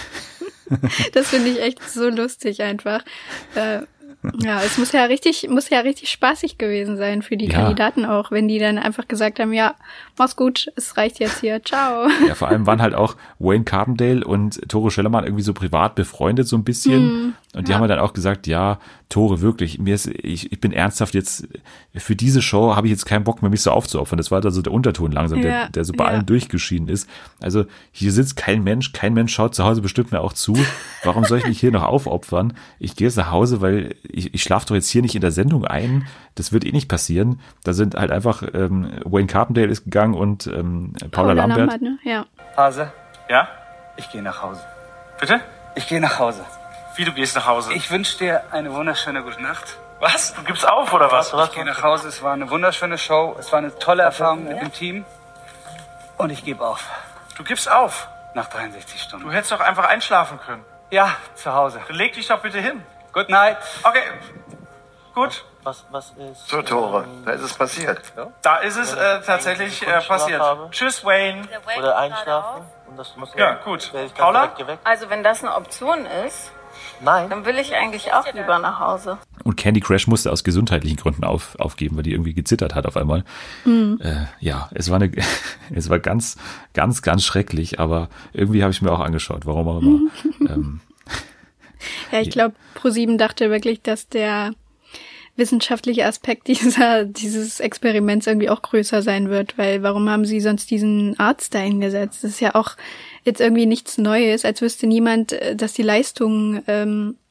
Das finde ich echt so lustig einfach. Äh, ja, es muss ja richtig, muss ja richtig spaßig gewesen sein für die ja. Kandidaten auch, wenn die dann einfach gesagt haben, ja, mach's gut, es reicht jetzt hier, ciao. Ja, vor allem waren halt auch Wayne Carbondale und Tore Schönemann irgendwie so privat befreundet so ein bisschen. Mm, und die ja. haben dann auch gesagt, ja, Tore, wirklich, mir ist, ich, ich bin ernsthaft jetzt, für diese Show habe ich jetzt keinen Bock mehr, mich so aufzuopfern. Das war also der Unterton langsam, ja. der, der so bei ja. allen durchgeschieden ist. Also hier sitzt kein Mensch, kein Mensch schaut zu Hause bestimmt mir auch zu. Warum soll ich mich hier noch aufopfern? Ich gehe jetzt nach Hause, weil ich, ich schlafe doch jetzt hier nicht in der Sendung ein. Das wird eh nicht passieren. Da sind halt einfach, ähm, Wayne Carbondale ist gegangen und ähm, Paula, Paula Lambert. Lambert ne? Ja. Hase? Ja? Ich gehe nach Hause. Bitte? Ich gehe nach Hause. Wie, du gehst nach Hause? Ich wünsche dir eine wunderschöne gute Nacht. Was? Du gibst auf, oder was? Ich gehe nach Hause. Es war eine wunderschöne Show. Es war eine tolle Erfahrung mit dem Team. Und ich gebe auf. Du gibst auf? Nach dreiundsechzig Stunden. Du hättest doch einfach einschlafen können. Ja, zu Hause. Dann leg dich doch bitte hin. Good night. Okay. Gut. Was, was ist... So, Tore, da ist es passiert. Ja? Da ist es äh, tatsächlich äh, passiert. Habe. Tschüss, Wayne. Oder einschlafen. Und das muss ja, gut. Paula? Also, wenn das eine Option ist, Nein. dann will ich eigentlich auch lieber nach Hause. Und Candy Crash musste aus gesundheitlichen Gründen auf, aufgeben, weil die irgendwie gezittert hat auf einmal. Mhm. Äh, ja, es war eine, es war ganz, ganz, ganz schrecklich, aber irgendwie habe ich mir auch angeschaut, warum auch immer. ähm, ja, ich glaube, ProSieben dachte wirklich, dass der wissenschaftliche Aspekt dieser, dieses Experiments irgendwie auch größer sein wird, weil warum haben sie sonst diesen Arzt da hingesetzt? Das ist ja auch jetzt irgendwie nichts Neues, als wüsste niemand, dass die Leistung ähm,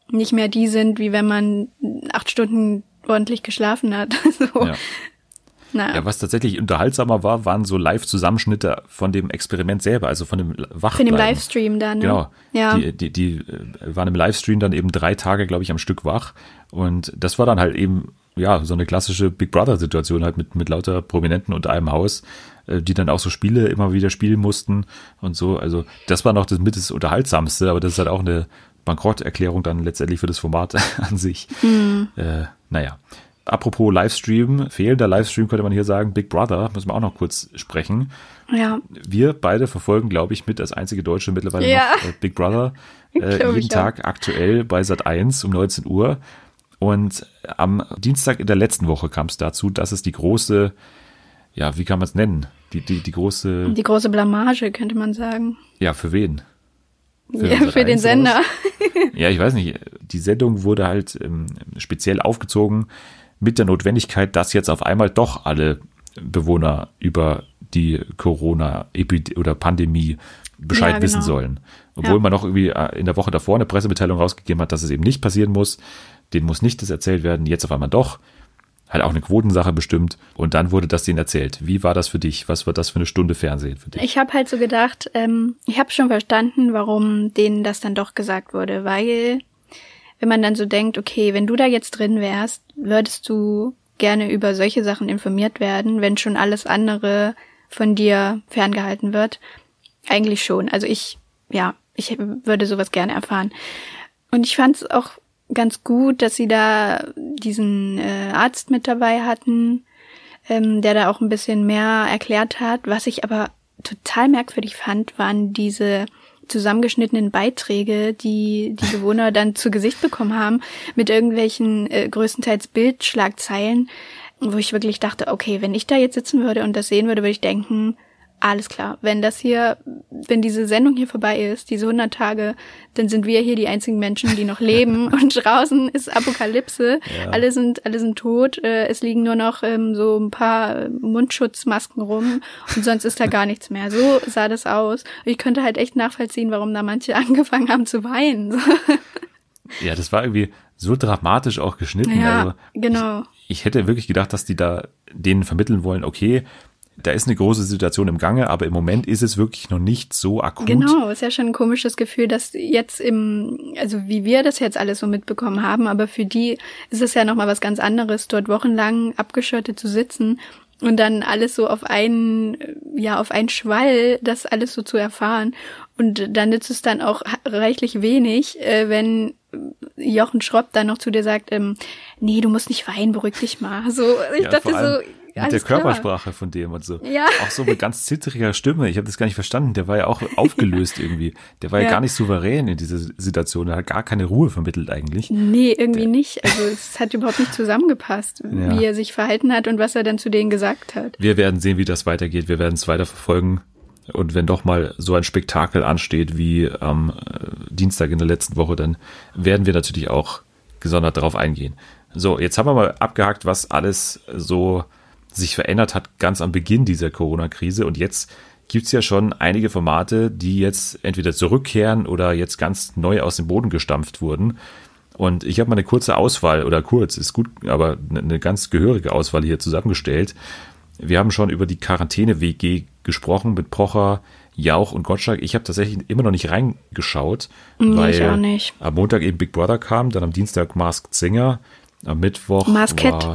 nicht mehr die sind, wie wenn man acht Stunden ordentlich geschlafen hat. so. Ja. Naja. Ja, was tatsächlich unterhaltsamer war, waren so Live-Zusammenschnitte von dem Experiment selber, also von dem Wachbleiben. Von dem Livestream dann, ne? Genau. Ja. Die, die, die äh, waren im Livestream dann eben drei Tage, glaube ich, am Stück wach. Und das war dann halt eben, ja, so eine klassische Big Brother-Situation halt mit, mit lauter Prominenten unter einem Haus, äh, die dann auch so Spiele immer wieder spielen mussten und so. Also das war noch das mit das Unterhaltsamste, aber das ist halt auch eine Bankrotterklärung dann letztendlich für das Format an sich. Mhm. Äh, naja. Apropos Livestream, fehlender Livestream könnte man hier sagen, Big Brother, müssen wir auch noch kurz sprechen. Ja. Wir beide verfolgen, glaube ich, mit als einzige Deutsche mittlerweile Ja. noch äh, Big Brother. Äh, Glaub jeden ich Tag auch. aktuell bei Sat eins um neunzehn Uhr. Und am Dienstag in der letzten Woche kam es dazu, dass es die große, ja, wie kann man es nennen? Die, die, die große, Die große Blamage, könnte man sagen. ja, für wen? Ja, Sat für den eins oder Sender. was? Ja, ich weiß nicht. Die Sendung wurde halt ähm, speziell aufgezogen mit der Notwendigkeit, dass jetzt auf einmal doch alle Bewohner über die Corona-Epidemie oder Pandemie Bescheid Ja, genau. wissen sollen. Obwohl Ja. man noch irgendwie in der Woche davor eine Pressemitteilung rausgegeben hat, dass es eben nicht passieren muss. Denen muss nicht das erzählt werden. Jetzt auf einmal doch. Halt auch eine Quotensache bestimmt. Und dann wurde das denen erzählt. Wie war das für dich? Was war das für eine Stunde Fernsehen für dich? Ich habe halt so gedacht, ähm, ich habe schon verstanden, warum denen das dann doch gesagt wurde, weil wenn man dann so denkt, okay, wenn du da jetzt drin wärst, würdest du gerne über solche Sachen informiert werden, wenn schon alles andere von dir ferngehalten wird? Eigentlich schon. Also ich, ja, ich würde sowas gerne erfahren. Und ich fand es auch ganz gut, dass sie da diesen äh, Arzt mit dabei hatten, ähm, der da auch ein bisschen mehr erklärt hat. Was ich aber total merkwürdig fand, waren diese zusammengeschnittenen Beiträge, die die Bewohner dann zu Gesicht bekommen haben, mit irgendwelchen äh, größtenteils Bildschlagzeilen, wo ich wirklich dachte, okay, wenn ich da jetzt sitzen würde und das sehen würde, würde ich denken, alles klar, wenn das hier, wenn diese Sendung hier vorbei ist, diese hundert Tage, dann sind wir hier die einzigen Menschen, die noch leben und draußen ist Apokalypse, Ja. alle sind alle sind tot, äh, es liegen nur noch ähm, so ein paar Mundschutzmasken rum und sonst ist da gar nichts mehr. So sah das aus. Und ich könnte halt echt nachvollziehen, warum da manche angefangen haben zu weinen. Ja, das war irgendwie so dramatisch auch geschnitten. Ja, also genau. Ich, ich hätte wirklich gedacht, dass die da denen vermitteln wollen, okay, da ist eine große Situation im Gange, aber im Moment ist es wirklich noch nicht so akut. Genau, ist ja schon ein komisches Gefühl, dass jetzt im, also wie wir das jetzt alles so mitbekommen haben, aber für die ist es ja nochmal was ganz anderes, dort wochenlang abgeschottet zu sitzen und dann alles so auf einen, ja, auf einen Schwall, das alles so zu erfahren. Und dann nützt es dann auch reichlich wenig, äh, wenn Jochen Schropp dann noch zu dir sagt, ähm, nee, du musst nicht weinen, beruhig dich mal. So, ich Ja, dachte vor allem so, mit der alles klar. Körpersprache von dem und so. Ja. Auch so mit ganz zittriger Stimme. Ich habe das gar nicht verstanden. Der war ja auch aufgelöst irgendwie. Der war ja. Ja. gar nicht souverän in dieser Situation. Er hat gar keine Ruhe vermittelt eigentlich. Nee, irgendwie nicht. Also es hat überhaupt nicht zusammengepasst, Ja. wie er sich verhalten hat und was er dann zu denen gesagt hat. Wir werden sehen, wie das weitergeht. Wir werden es weiter verfolgen. Und wenn doch mal so ein Spektakel ansteht wie am äh, Dienstag in der letzten Woche, dann werden wir natürlich auch gesondert darauf eingehen. So, jetzt haben wir mal abgehakt, was alles so sich verändert hat ganz am Beginn dieser Corona-Krise. Und jetzt gibt's ja schon einige Formate, die jetzt entweder zurückkehren oder jetzt ganz neu aus dem Boden gestampft wurden. Und ich habe mal eine kurze Auswahl, oder kurz, ist gut, aber eine ganz gehörige Auswahl hier zusammengestellt. Wir haben schon über die Quarantäne-W G gesprochen mit Pocher, Jauch und Gottschalk. Ich habe tatsächlich immer noch nicht reingeschaut, Nee, weil ich auch nicht. am Montag eben Big Brother kam, dann am Dienstag Masked Singer, am Mittwoch Masked. war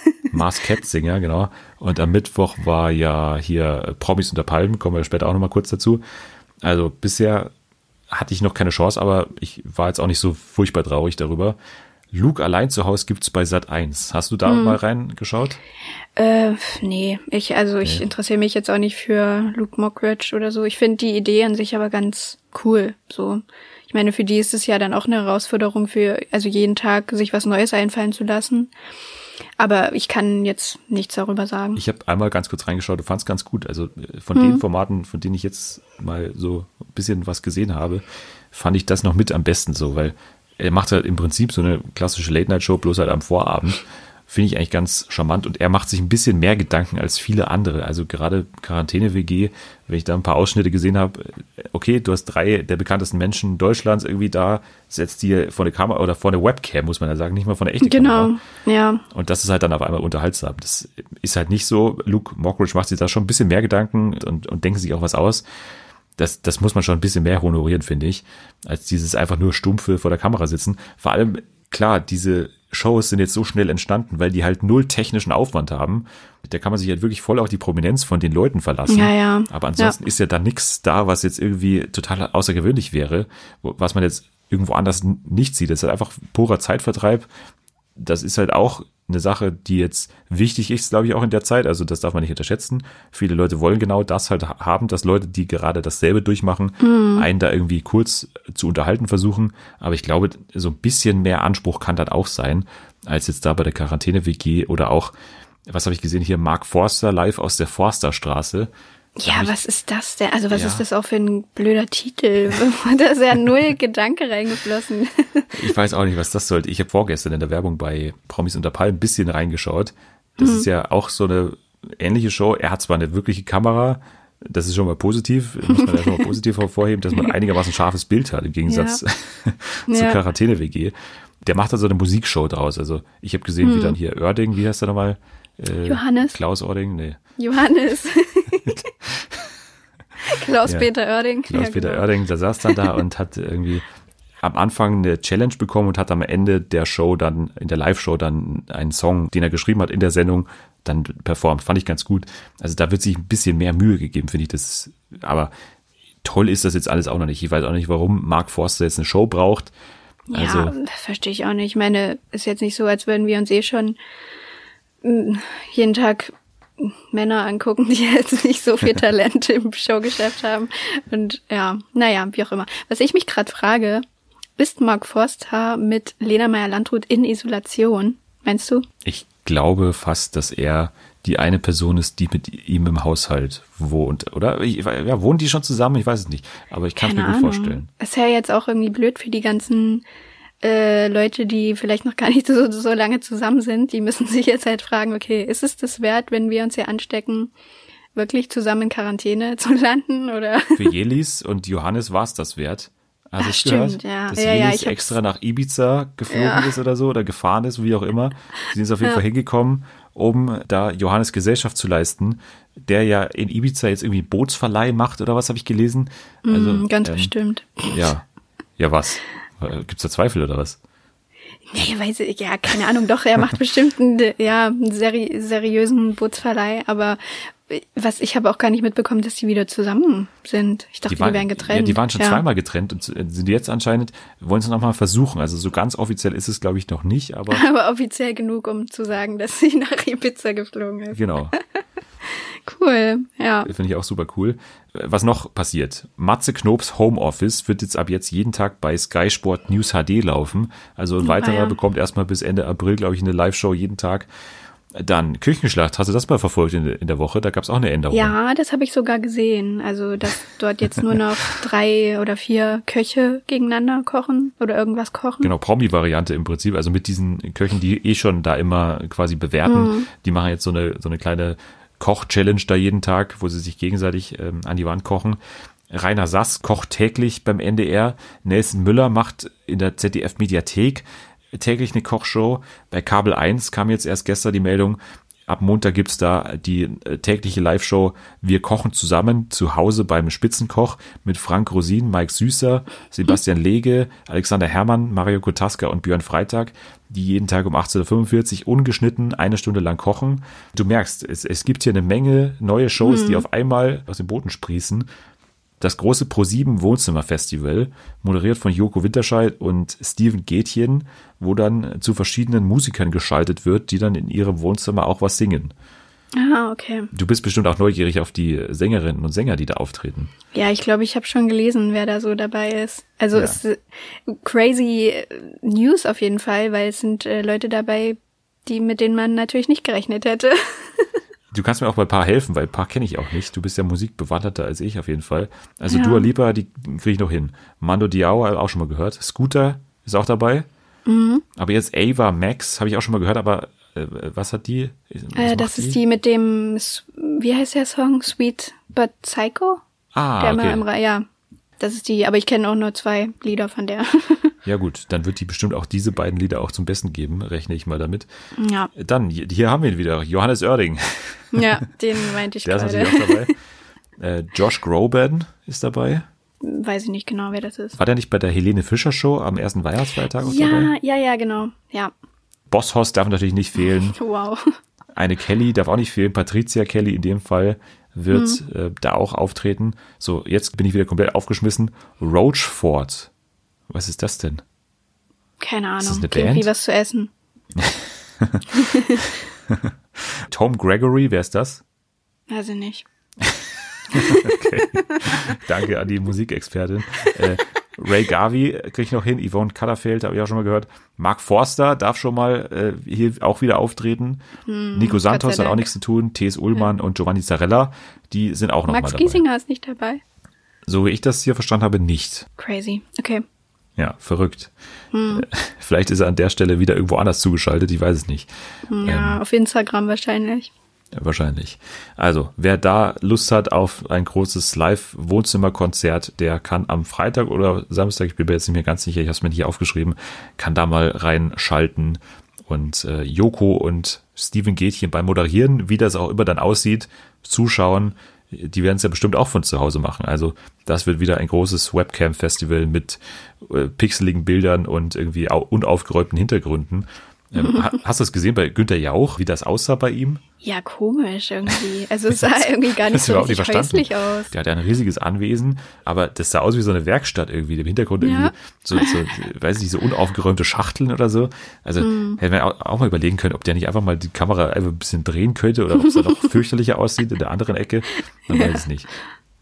Masked Singer, genau. Und am Mittwoch war ja hier Promis unter Palmen, kommen wir später auch nochmal kurz dazu. Also bisher hatte ich noch keine Chance, aber ich war jetzt auch nicht so furchtbar traurig darüber. Luke allein zu Hause gibt's bei Sat eins. Hast du da Hm. mal reingeschaut? Äh, nee, ich, also ich Nee. interessiere mich jetzt auch nicht für Luke Mockridge oder so. Ich finde die Idee an sich aber ganz cool, so. Ich meine, für die ist es ja dann auch eine Herausforderung für, also jeden Tag sich was Neues einfallen zu lassen. Aber ich kann jetzt nichts darüber sagen. Ich habe einmal ganz kurz reingeschaut und fand es ganz gut. Also äh, von Mhm. den Formaten, von denen ich jetzt mal so ein bisschen was gesehen habe, fand ich das noch mit am besten so, weil er macht halt im Prinzip so eine klassische Late-Night-Show, bloß halt am Vorabend. finde ich eigentlich ganz charmant und er macht sich ein bisschen mehr Gedanken als viele andere. Also gerade Quarantäne-W G, wenn ich da ein paar Ausschnitte gesehen habe, okay, du hast drei der bekanntesten Menschen Deutschlands irgendwie da, setzt die vor eine Kamera oder vor eine Webcam, muss man ja sagen, nicht mal vor eine echte genau. Kamera. Genau, ja. Und das ist halt dann auf einmal unterhaltsam. Das ist halt nicht so, Luke Mockridge macht sich da schon ein bisschen mehr Gedanken und, und denkt sich auch was aus. Das, das muss man schon ein bisschen mehr honorieren, finde ich, als dieses einfach nur stumpfe vor der Kamera sitzen. Vor allem, klar, diese Shows sind jetzt so schnell entstanden, weil die halt null technischen Aufwand haben. Da kann man sich halt wirklich voll auf die Prominenz von den Leuten verlassen. Ja, ja. Aber ansonsten ja. ist ja da nichts da, was jetzt irgendwie total außergewöhnlich wäre, was man jetzt irgendwo anders nicht sieht. Das ist halt einfach purer Zeitvertreib. Das ist halt auch eine Sache, die jetzt wichtig ist, glaube ich, auch in der Zeit. Also das darf man nicht unterschätzen. Viele Leute wollen genau das halt haben, dass Leute, die gerade dasselbe durchmachen, mhm. einen da irgendwie kurz zu unterhalten versuchen. Aber ich glaube, so ein bisschen mehr Anspruch kann das auch sein, als jetzt da bei der Quarantäne-W G oder auch, was habe ich gesehen hier, Mark Forster live aus der Forsterstraße. Ja, was ist das denn? Also was ja. ist das auch für ein blöder Titel? Da ist ja null Gedanke reingeflossen. Ich weiß auch nicht, was das sollte. Ich habe vorgestern in der Werbung bei Promis unter Palmen ein bisschen reingeschaut. Das mhm. ist ja auch so eine ähnliche Show. Er hat zwar eine wirkliche Kamera, das ist schon mal positiv, muss man ja schon mal positiv hervorheben, dass man einigermaßen scharfes Bild hat, im Gegensatz ja. zur ja. Quarantäne-W G. Der macht da so eine Musikshow draus. Also ich habe gesehen, mhm. wie dann hier Oerding, wie heißt der nochmal? Äh, Johannes. Klaus Oerding, nee. Johannes. Klaus-Peter ja. Oerding. Klaus-Peter ja, genau. Oerding, der saß dann da und hat irgendwie am Anfang eine Challenge bekommen und hat am Ende der Show dann, in der Live-Show dann einen Song, den er geschrieben hat in der Sendung, dann performt. Fand ich ganz gut. Also da wird sich ein bisschen mehr Mühe gegeben, finde ich das. Aber toll ist das jetzt alles auch noch nicht. Ich weiß auch nicht, warum Mark Forster jetzt eine Show braucht. Also, ja, verstehe ich auch nicht. Ich meine, ist jetzt nicht so, als würden wir uns eh schon jeden Tag Männer angucken, die jetzt nicht so viel Talent im Showgeschäft haben. Und ja, naja, wie auch immer. Was ich mich gerade frage, ist Mark Forster mit Lena Meyer-Landrut in Isolation? Meinst du? Ich glaube fast, dass er die eine Person ist, die mit ihm im Haushalt wohnt, oder? Ja, wohnen die schon zusammen? Ich weiß es nicht. Aber ich kann es mir gut vorstellen. Ist ja jetzt auch irgendwie blöd für die ganzen Äh, Leute, die vielleicht noch gar nicht so, so lange zusammen sind, die müssen sich jetzt halt fragen, okay, ist es das wert, wenn wir uns hier anstecken, wirklich zusammen in Quarantäne zu landen, oder? Für Jelis und Johannes war es das wert. Hast du es gehört? Ja. Dass ja, Jelis ja, extra nach Ibiza geflogen ja. ist oder so, oder gefahren ist, wie auch immer. Sie sind auf jeden ja. Fall hingekommen, um da Johannes Gesellschaft zu leisten, der ja in Ibiza jetzt irgendwie Bootsverleih macht, oder was habe ich gelesen? Also, mm, ganz ähm, bestimmt. Ja, ja was? Gibt's da Zweifel oder was? Nee, weiß ich, ja, keine Ahnung, doch, er macht bestimmt einen, ja, einen seri- seriösen Bootsverleih, aber was, ich habe auch gar nicht mitbekommen, dass die wieder zusammen sind. Ich dachte, die, waren, die wären getrennt. Ja, die waren schon ja. zweimal getrennt und sind jetzt anscheinend, wollen es nochmal versuchen. Also so ganz offiziell ist es, glaube ich, noch nicht, aber. Aber offiziell genug, um zu sagen, dass sie nach Ibiza geflogen ist. Genau. Cool, ja. Finde ich auch super cool. Was noch passiert? Matze Knobs Homeoffice wird jetzt ab jetzt jeden Tag bei Sky Sport News H D laufen. Also ein weiterer ja. bekommt erstmal bis Ende April, glaube ich, eine Live-Show jeden Tag. Dann Küchenschlacht, hast du das mal verfolgt in, in der Woche? Da gab es auch eine Änderung. Ja, das habe ich sogar gesehen. Also, dass dort jetzt nur noch drei oder vier Köche gegeneinander kochen oder irgendwas kochen. Genau, Promi-Variante im Prinzip. Also mit diesen Köchen, die eh schon da immer quasi bewerten. Mhm. Die machen jetzt so eine, so eine kleine Koch-Challenge da jeden Tag, wo sie sich gegenseitig ähm, an die Wand kochen. Rainer Sass kocht täglich beim N D R. Nelson Müller macht in der Z D F-Mediathek täglich eine Kochshow. Bei Kabel eins kam jetzt erst gestern die Meldung, ab Montag gibt's da die äh, tägliche Live-Show Wir kochen zusammen zu Hause beim Spitzenkoch mit Frank Rosin, Mike Süßer, Sebastian Lege, Alexander Herrmann, Mario Kotaska und Björn Freitag, die jeden Tag um achtzehn Uhr fünfundvierzig ungeschnitten eine Stunde lang kochen. Du merkst, es, es gibt hier eine Menge neue Shows, mhm. die auf einmal aus dem Boden sprießen. Das große ProSieben Wohnzimmerfestival, moderiert von Joko Winterscheid und Steven Gätjen, wo dann zu verschiedenen Musikern geschaltet wird, die dann in ihrem Wohnzimmer auch was singen. Ah, okay. Du bist bestimmt auch neugierig auf die Sängerinnen und Sänger, die da auftreten. Ja, ich glaube, ich habe schon gelesen, wer da so dabei ist. Also ja. es ist crazy News auf jeden Fall, weil es sind äh, Leute dabei, die mit denen man natürlich nicht gerechnet hätte. Du kannst mir auch bei ein paar helfen, weil ein paar kenne ich auch nicht. Du bist ja musikbewanderter als ich auf jeden Fall. Also ja. Dua Lipa, die kriege ich noch hin. Mando Diao, habe ich auch schon mal gehört. Scooter ist auch dabei. Mhm. Aber jetzt Ava Max habe ich auch schon mal gehört, aber Äh, was hat die? Was Äh, das ist die? die mit dem, wie heißt der Song? Sweet But Psycho? Ah, der okay. Immer im, ja, das ist die, aber ich kenne auch nur zwei Lieder von der. Ja gut, dann wird die bestimmt auch diese beiden Lieder auch zum Besten geben, rechne ich mal damit. Ja. Dann, hier haben wir ihn wieder, Johannes Oerding. Ja, den meinte ich der gerade. Der ist natürlich auch dabei. Äh, Josh Groban ist dabei. Weiß ich nicht genau, wer das ist. War der nicht bei der Helene Fischer Show am ersten Weihnachtsfeiertag auch ja, dabei? Ja, ja, genau, ja. Boss-Hoss darf natürlich nicht fehlen. Wow. Eine Kelly darf auch nicht fehlen. Patricia Kelly in dem Fall wird hm. äh, da auch auftreten. So, jetzt bin ich wieder komplett aufgeschmissen. Roachford. Was ist das denn? Keine Ahnung. Ist das eine Klingt Band? wie was zu essen. Tom Gregory, wer ist das? Weiß ich nicht. Okay. Danke an die Musikexpertin. Äh, Ray Garvey kriege ich noch hin. Yvonne Katterfeld habe ich auch schon mal gehört. Mark Forster darf schon mal äh, hier auch wieder auftreten. Hm, Nico Santos hat auch nichts zu tun. T S. Ullmann ja. und Giovanni Zarella, die sind auch noch Max mal dabei. Max Giesinger ist nicht dabei. So wie ich das hier verstanden habe, nicht. Crazy, okay. Ja, verrückt. Hm. Vielleicht ist er an der Stelle wieder irgendwo anders zugeschaltet, ich weiß es nicht. Ja, ähm, auf Instagram wahrscheinlich. Wahrscheinlich. Also, wer da Lust hat auf ein großes Live-Wohnzimmerkonzert, der kann am Freitag oder Samstag, ich bin mir jetzt nicht mehr ganz sicher, ich habe es mir hier aufgeschrieben, kann da mal reinschalten und äh, Joko und Steven Gätchen beim Moderieren, wie das auch immer dann aussieht, zuschauen. Die werden es ja bestimmt auch von zu Hause machen. Also das wird wieder ein großes Webcam-Festival mit äh, pixeligen Bildern und irgendwie unaufgeräumten Hintergründen. Ähm, hast du es gesehen bei Günther Jauch, wie das aussah bei ihm? Ja, komisch irgendwie. Also es sah irgendwie gar nicht so richtig häuslich aus. Der hat ja ein riesiges Anwesen, aber das sah aus wie so eine Werkstatt irgendwie. Im Hintergrund irgendwie ja. so, so, weiß ich nicht, so unaufgeräumte Schachteln oder so. Also hm. hätten wir auch mal überlegen können, ob der nicht einfach mal die Kamera einfach ein bisschen drehen könnte oder ob es da noch fürchterlicher aussieht in der anderen Ecke. Man ja. weiß es nicht.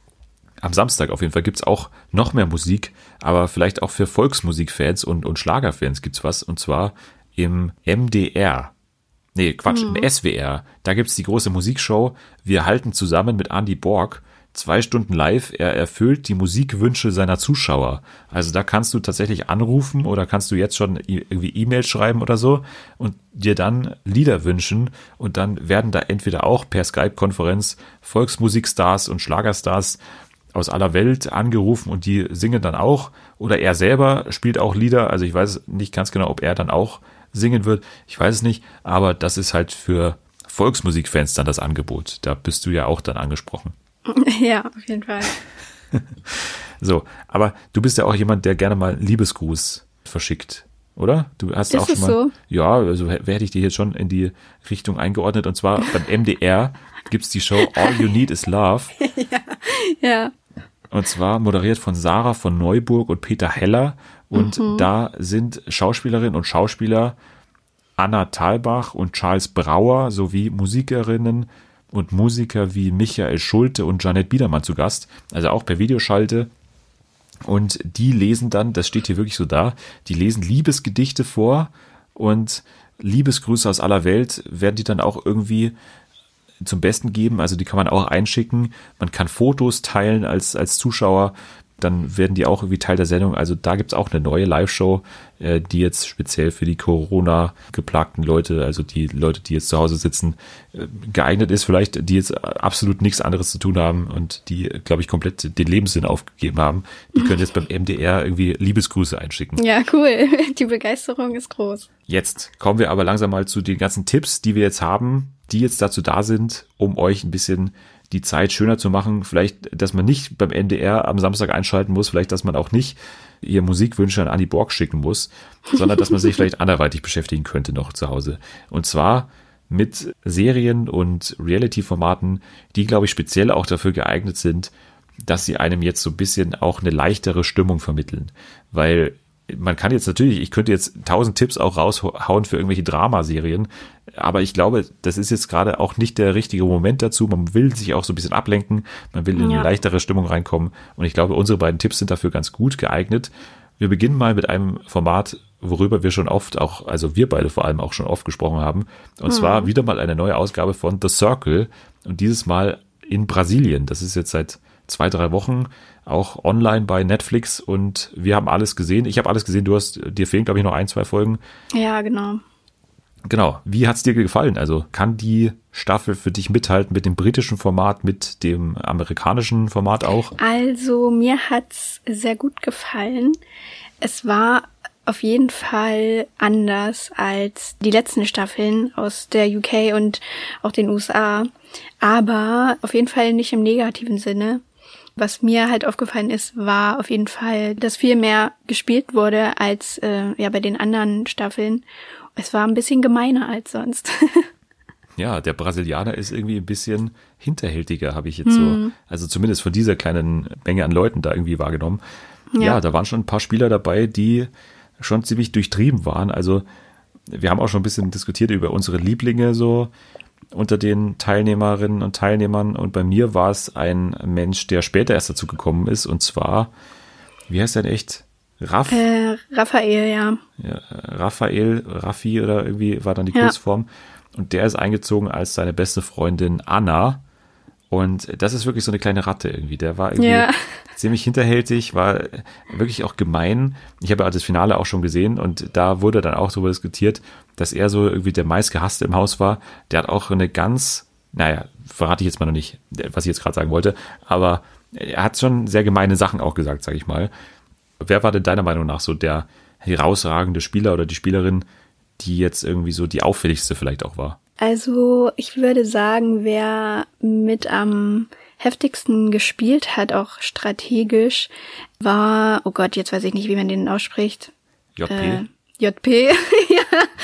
Am Samstag auf jeden Fall gibt's auch noch mehr Musik, aber vielleicht auch für Volksmusikfans und, und Schlagerfans gibt's was. Und zwar im M D R. Nee, Quatsch, mhm. im S W R. Da gibt's die große Musikshow. Wir halten zusammen mit Andy Borg. Zwei Stunden live. Er erfüllt die Musikwünsche seiner Zuschauer. Also da kannst du tatsächlich anrufen oder kannst du jetzt schon irgendwie E-Mail schreiben oder so und dir dann Lieder wünschen. Und dann werden da entweder auch per Skype-Konferenz Volksmusikstars und Schlagerstars aus aller Welt angerufen und die singen dann auch. Oder er selber spielt auch Lieder. Also ich weiß nicht ganz genau, ob er dann auch singen wird. Ich weiß es nicht, aber das ist halt für Volksmusikfans dann das Angebot. Da bist du ja auch dann angesprochen. Ja, auf jeden Fall. So, aber du bist ja auch jemand, der gerne mal Liebesgruß verschickt, oder? Du hast ist auch schon es mal. So? Ja, also hätte ich dir jetzt schon in die Richtung eingeordnet. Und zwar beim M D R gibt's die Show All You Need Is Love. Ja. Ja. Und zwar moderiert von Sarah von Neuburg und Peter Heller. Und mhm. da sind Schauspielerinnen und Schauspieler Anna Thalbach und Charles Brauer sowie Musikerinnen und Musiker wie Michael Schulte und Janette Biedermann zu Gast. Also auch per Videoschalte. Und die lesen dann, das steht hier wirklich so da, die lesen Liebesgedichte vor und Liebesgrüße aus aller Welt werden die dann auch irgendwie zum Besten geben. Also die kann man auch einschicken. Man kann Fotos teilen als, als Zuschauer. Dann werden die auch irgendwie Teil der Sendung. Also da gibt's auch eine neue Live-Show, äh, die jetzt speziell für die Corona-geplagten Leute, also die Leute, die jetzt zu Hause sitzen, äh, geeignet ist. Vielleicht, die jetzt absolut nichts anderes zu tun haben und die, glaube ich, komplett den Lebenssinn aufgegeben haben. Die können jetzt beim M D R irgendwie Liebesgrüße einschicken. Ja, cool. Die Begeisterung ist groß. Jetzt kommen wir aber langsam mal zu den ganzen Tipps, die wir jetzt haben, die jetzt dazu da sind, um euch ein bisschen die Zeit schöner zu machen. Vielleicht, dass man nicht beim N D R am Samstag einschalten muss, vielleicht, dass man auch nicht ihr Musikwünsche an Andy Borg schicken muss, sondern dass man sich vielleicht anderweitig beschäftigen könnte noch zu Hause. Und zwar mit Serien und Reality-Formaten, die, glaube ich, speziell auch dafür geeignet sind, dass sie einem jetzt so ein bisschen auch eine leichtere Stimmung vermitteln. Weil man kann jetzt natürlich, ich könnte jetzt tausend Tipps auch raushauen für irgendwelche Dramaserien, aber ich glaube, das ist jetzt gerade auch nicht der richtige Moment dazu. Man will sich auch so ein bisschen ablenken, man will in eine ja. leichtere Stimmung reinkommen und ich glaube, unsere beiden Tipps sind dafür ganz gut geeignet. Wir beginnen mal mit einem Format, worüber wir schon oft auch, also wir beide vor allem auch schon oft gesprochen haben, und mhm. zwar wieder mal eine neue Ausgabe von The Circle und dieses Mal in Brasilien. Das ist jetzt seit zwei, drei Wochen auch online bei Netflix und wir haben alles gesehen. Ich habe alles gesehen, du hast, dir fehlen, glaube ich, noch ein, zwei Folgen. Ja, genau. Genau, wie hat's dir gefallen? Also kann die Staffel für dich mithalten mit dem britischen Format, mit dem amerikanischen Format auch? Also mir hat's sehr gut gefallen. Es war auf jeden Fall anders als die letzten Staffeln aus der U K und auch den U S A, aber auf jeden Fall nicht im negativen Sinne. Was mir halt aufgefallen ist, war auf jeden Fall, dass viel mehr gespielt wurde als äh, ja bei den anderen Staffeln. Es war ein bisschen gemeiner als sonst. Ja, der Brasilianer ist irgendwie ein bisschen hinterhältiger, habe ich jetzt hm. so, also zumindest von dieser kleinen Menge an Leuten da irgendwie wahrgenommen. Ja. ja, da waren schon ein paar Spieler dabei, die schon ziemlich durchtrieben waren. Also wir haben auch schon ein bisschen diskutiert über unsere Lieblinge so unter den Teilnehmerinnen und Teilnehmern. Und bei mir war es ein Mensch, der später erst dazu gekommen ist. Und zwar, wie heißt der denn echt? Raff? Äh, Raphael, ja. ja. Raphael, Raffi oder irgendwie war dann die Kurzform. Ja. Und der ist eingezogen als seine beste Freundin Anna. Und das ist wirklich so eine kleine Ratte irgendwie. Der war irgendwie ja. ziemlich hinterhältig, war wirklich auch gemein. Ich habe ja das Finale auch schon gesehen und da wurde dann auch darüber diskutiert, dass er so irgendwie der meistgehasste im Haus war. Der hat auch eine ganz, naja, verrate ich jetzt mal noch nicht, was ich jetzt gerade sagen wollte, aber er hat schon sehr gemeine Sachen auch gesagt, sage ich mal. Wer war denn deiner Meinung nach so der herausragende Spieler oder die Spielerin, die jetzt irgendwie so die auffälligste vielleicht auch war? Also ich würde sagen, wer mit am heftigsten gespielt hat, auch strategisch, war, oh Gott, jetzt weiß ich nicht, wie man den ausspricht. J P? Äh, J P, ja.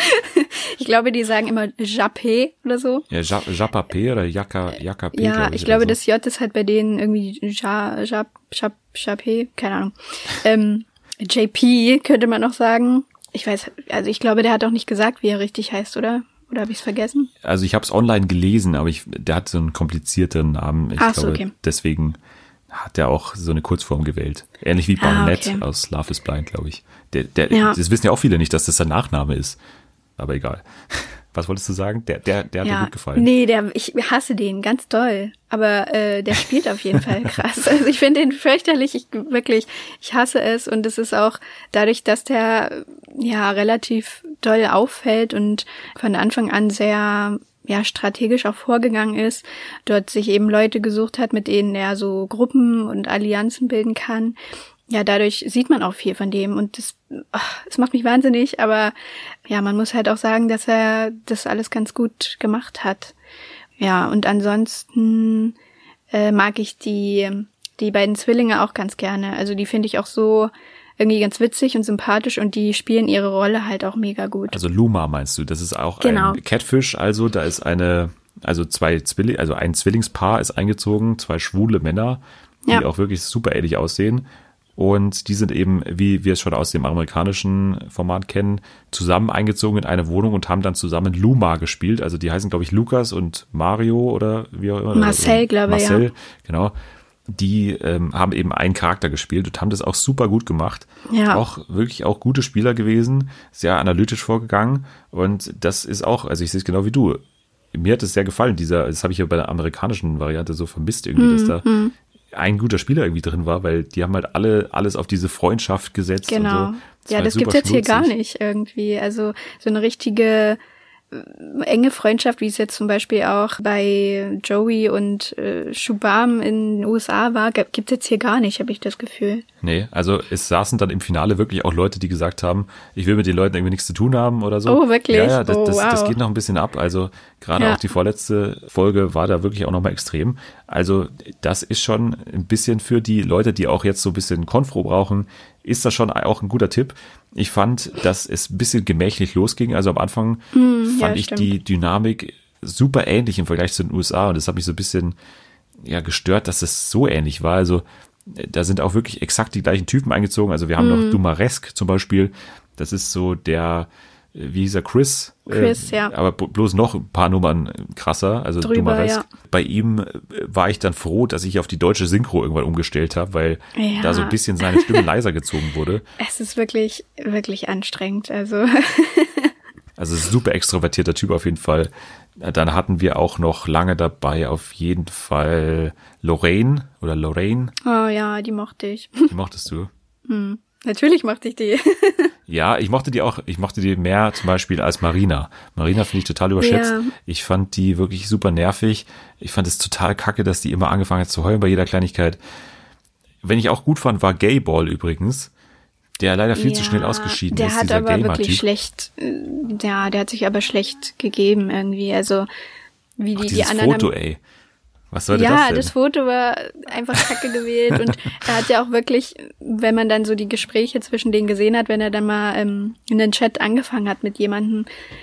Ich glaube, die sagen immer Japé oder so. Ja, Japapé oder Jaka, Jaka P. Ja, glaub ich, ich glaube, so. das J ist halt bei denen irgendwie Ja, Jap, Jap, Japé, keine Ahnung. Ähm, J P könnte man noch sagen. Ich weiß, also ich glaube, der hat auch nicht gesagt, wie er richtig heißt, oder? Oder habe ich es vergessen? Also ich habe es online gelesen, aber ich, der hat so einen komplizierten Namen. Ich Ach glaube, so, okay. Deswegen hat er auch so eine Kurzform gewählt. Ähnlich wie Barnett ah, okay. aus Love is Blind, glaube ich. Der, der, ja. Das wissen ja auch viele nicht, dass das sein Nachname ist. Aber egal. Was wolltest du sagen? Der, der, der hat ja. dir gut gefallen. Nee, der, ich hasse den ganz doll. Aber äh, der spielt auf jeden Fall krass. Also ich finde den fürchterlich. Ich wirklich, ich hasse es. Und es ist auch dadurch, dass der ja relativ doll auffällt und von Anfang an sehr ja strategisch auch vorgegangen ist, dort sich eben Leute gesucht hat, mit denen er so Gruppen und Allianzen bilden kann. Ja, dadurch sieht man auch viel von dem und das, ach, das macht mich wahnsinnig, aber ja, man muss halt auch sagen, dass er das alles ganz gut gemacht hat. Ja, und ansonsten äh, mag ich die die beiden Zwillinge auch ganz gerne. Also die finde ich auch so irgendwie ganz witzig und sympathisch und die spielen ihre Rolle halt auch mega gut. Also Luma meinst du, das ist auch genau. ein Catfish, also da ist eine, also zwei Zwillinge, also ein Zwillingspaar ist eingezogen, zwei schwule Männer, die ja. auch wirklich super ähnlich aussehen. Und die sind eben, wie wir es schon aus dem amerikanischen Format kennen, zusammen eingezogen in eine Wohnung und haben dann zusammen Luma gespielt. Also die heißen, glaube ich, Lukas und Mario oder wie auch immer. Marcel, glaube ich, ja. Marcel, genau. Die ähm, haben eben einen Charakter gespielt und haben das auch super gut gemacht. Ja. Auch wirklich auch gute Spieler gewesen, sehr analytisch vorgegangen. Und das ist auch, also ich sehe es genau wie du. Mir hat es sehr gefallen, dieser, das habe ich ja bei der amerikanischen Variante so vermisst irgendwie, mhm. dass da ein guter Spieler irgendwie drin war, weil die haben halt alle alles auf diese Freundschaft gesetzt. Genau. Und so. Das ja, das gibt's jetzt hier gar nicht irgendwie. Also so eine richtige enge Freundschaft, wie es jetzt zum Beispiel auch bei Joey und äh, Shubham in den U S A war, gibt's jetzt hier gar nicht, habe ich das Gefühl. Nee, also es saßen dann im Finale wirklich auch Leute, die gesagt haben, ich will mit den Leuten irgendwie nichts zu tun haben oder so. Oh, wirklich? Ja, ja, das, oh, das, wow. das geht noch ein bisschen ab. Also gerade ja. auch die vorletzte Folge war da wirklich auch nochmal extrem. Also das ist schon ein bisschen für die Leute, die auch jetzt so ein bisschen Konfro brauchen, ist das schon auch ein guter Tipp. Ich fand, dass es ein bisschen gemächlich losging. Also am Anfang hm, fand ja, ich stimmt. die Dynamik super ähnlich im Vergleich zu den U S A und das hat mich so ein bisschen ja gestört, dass es so ähnlich war. Also da sind auch wirklich exakt die gleichen Typen eingezogen. Also wir haben hm. noch Dumaresque zum Beispiel. Das ist so der, wie hieß er, Chris? Chris, äh, ja. Aber bloß noch ein paar Nummern krasser. Also Drüber, Dumaresque. ja. Bei ihm war ich dann froh, dass ich auf die deutsche Synchro irgendwann umgestellt habe, weil ja. da so ein bisschen seine Stimme leiser gezogen wurde. Es ist wirklich, wirklich anstrengend. Also Also super extrovertierter Typ auf jeden Fall. Dann hatten wir auch noch lange dabei auf jeden Fall Lorraine oder Lorraine. Oh ja, die mochte ich. Die mochtest du? Hm. Natürlich mochte ich die. Ja, ich mochte die auch, ich mochte die mehr zum Beispiel als Marina. Marina finde ich total überschätzt. Ja. Ich fand die wirklich super nervig. Ich fand es total kacke, dass die immer angefangen hat zu heulen bei jeder Kleinigkeit. Wenn ich auch gut fand, war Gayball übrigens, der leider viel ja, zu schnell ausgeschieden der ist, hat dieser aber wirklich Gamer-Typ. schlecht, äh, ja, der hat sich aber schlecht gegeben irgendwie, also wie die, Ach, die dieses anderen Foto, haben, ey. Was sollte ja, das denn? das Foto war einfach kacke gewählt und er hat ja auch wirklich, wenn man dann so die Gespräche zwischen denen gesehen hat, wenn er dann mal ähm, in den Chat angefangen hat mit jemandem,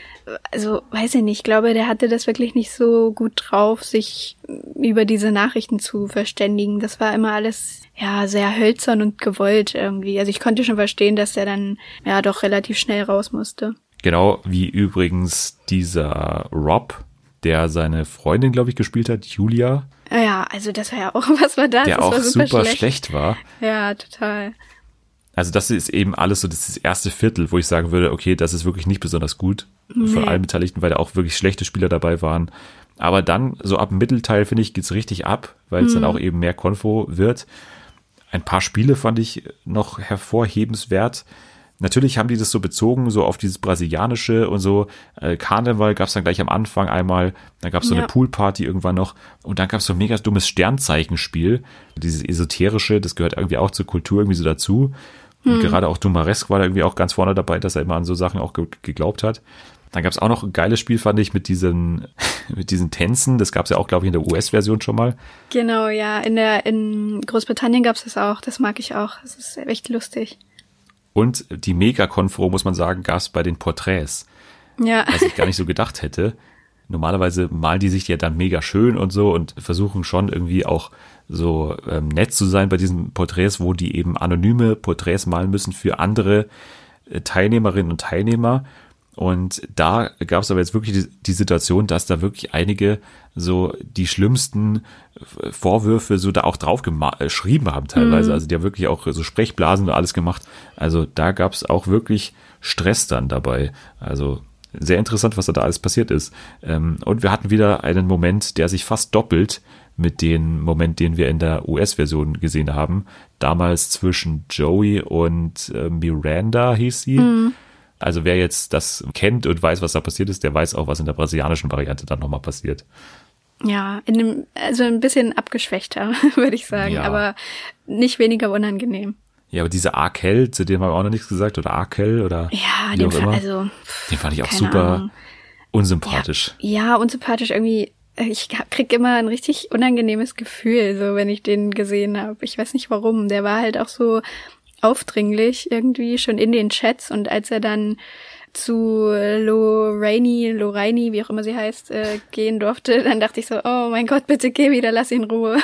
also weiß ich nicht, ich glaube, der hatte das wirklich nicht so gut drauf, sich über diese Nachrichten zu verständigen. Das war immer alles, ja, sehr hölzern und gewollt irgendwie. Also ich konnte schon verstehen, dass der dann, ja, doch relativ schnell raus musste. Genau wie übrigens dieser Rob, der seine Freundin, glaube ich, gespielt hat, Julia. Ja, also das war ja auch, was war das? Der das auch war super, super schlecht. schlecht war. Ja, total. Also das ist eben alles so, das ist das erste Viertel, wo ich sagen würde, okay, das ist wirklich nicht besonders gut von Nee. allen Beteiligten, weil da auch wirklich schlechte Spieler dabei waren. Aber dann, so ab dem Mittelteil, finde ich, geht's richtig ab, weil es dann auch eben mehr Konfo wird. Ein paar Spiele fand ich noch hervorhebenswert. Natürlich haben die das so bezogen, so auf dieses Brasilianische und so. Äh, Karneval gab's dann gleich am Anfang einmal, dann gab's so Ja. eine Poolparty irgendwann noch und dann gab's so ein mega dummes Sternzeichenspiel. Dieses Esoterische, das gehört irgendwie auch zur Kultur irgendwie so dazu. Und gerade auch Dumaresque war da irgendwie auch ganz vorne dabei, dass er immer an so Sachen auch ge- geglaubt hat. Dann gab's auch noch ein geiles Spiel, fand ich, mit diesen, mit diesen Tänzen. Das gab's ja auch, glaube ich, in der U S-Version schon mal. Genau, ja. In der in Großbritannien gab's das auch. Das mag ich auch. Das ist echt lustig. Und die Mega-Konfro, muss man sagen, gab's bei den Porträts. Ja. Was ich gar nicht so gedacht hätte. Normalerweise malen die sich ja dann mega schön und so und versuchen schon irgendwie auch so ähm, nett zu sein bei diesen Porträts, wo die eben anonyme Porträts malen müssen für andere äh, Teilnehmerinnen und Teilnehmer. Und da gab es aber jetzt wirklich die, die Situation, dass da wirklich einige so die schlimmsten Vorwürfe so da auch drauf gema- äh, geschrieben haben teilweise. Mhm. Also die haben wirklich auch so Sprechblasen und alles gemacht. Also da gab es auch wirklich Stress dann dabei. Also sehr interessant, was da alles passiert ist. Ähm, und wir hatten wieder einen Moment, der sich fast doppelt mit dem Moment, den wir in der U S-Version gesehen haben. Damals zwischen Joey und äh, Miranda hieß sie. Mhm. Also wer jetzt das kennt und weiß, was da passiert ist, der weiß auch, was in der brasilianischen Variante dann nochmal passiert. Ja, in dem, also ein bisschen abgeschwächter, würde ich sagen, Ja. aber nicht weniger unangenehm. Ja, aber diese Arkel, zu dem haben wir auch noch nichts gesagt, oder Arkel oder Ja, wie den, auch immer, also den fand ich auch keine super Ahnung. unsympathisch. Ja, unsympathisch irgendwie. Ich krieg immer ein richtig unangenehmes Gefühl, so wenn ich den gesehen habe. Ich weiß nicht warum. Der war halt auch so aufdringlich irgendwie schon in den Chats und als er dann zu Lorraine, Lorraine, wie auch immer sie heißt, äh, gehen durfte, dann dachte ich so, oh mein Gott, bitte geh wieder, lass ihn in Ruhe.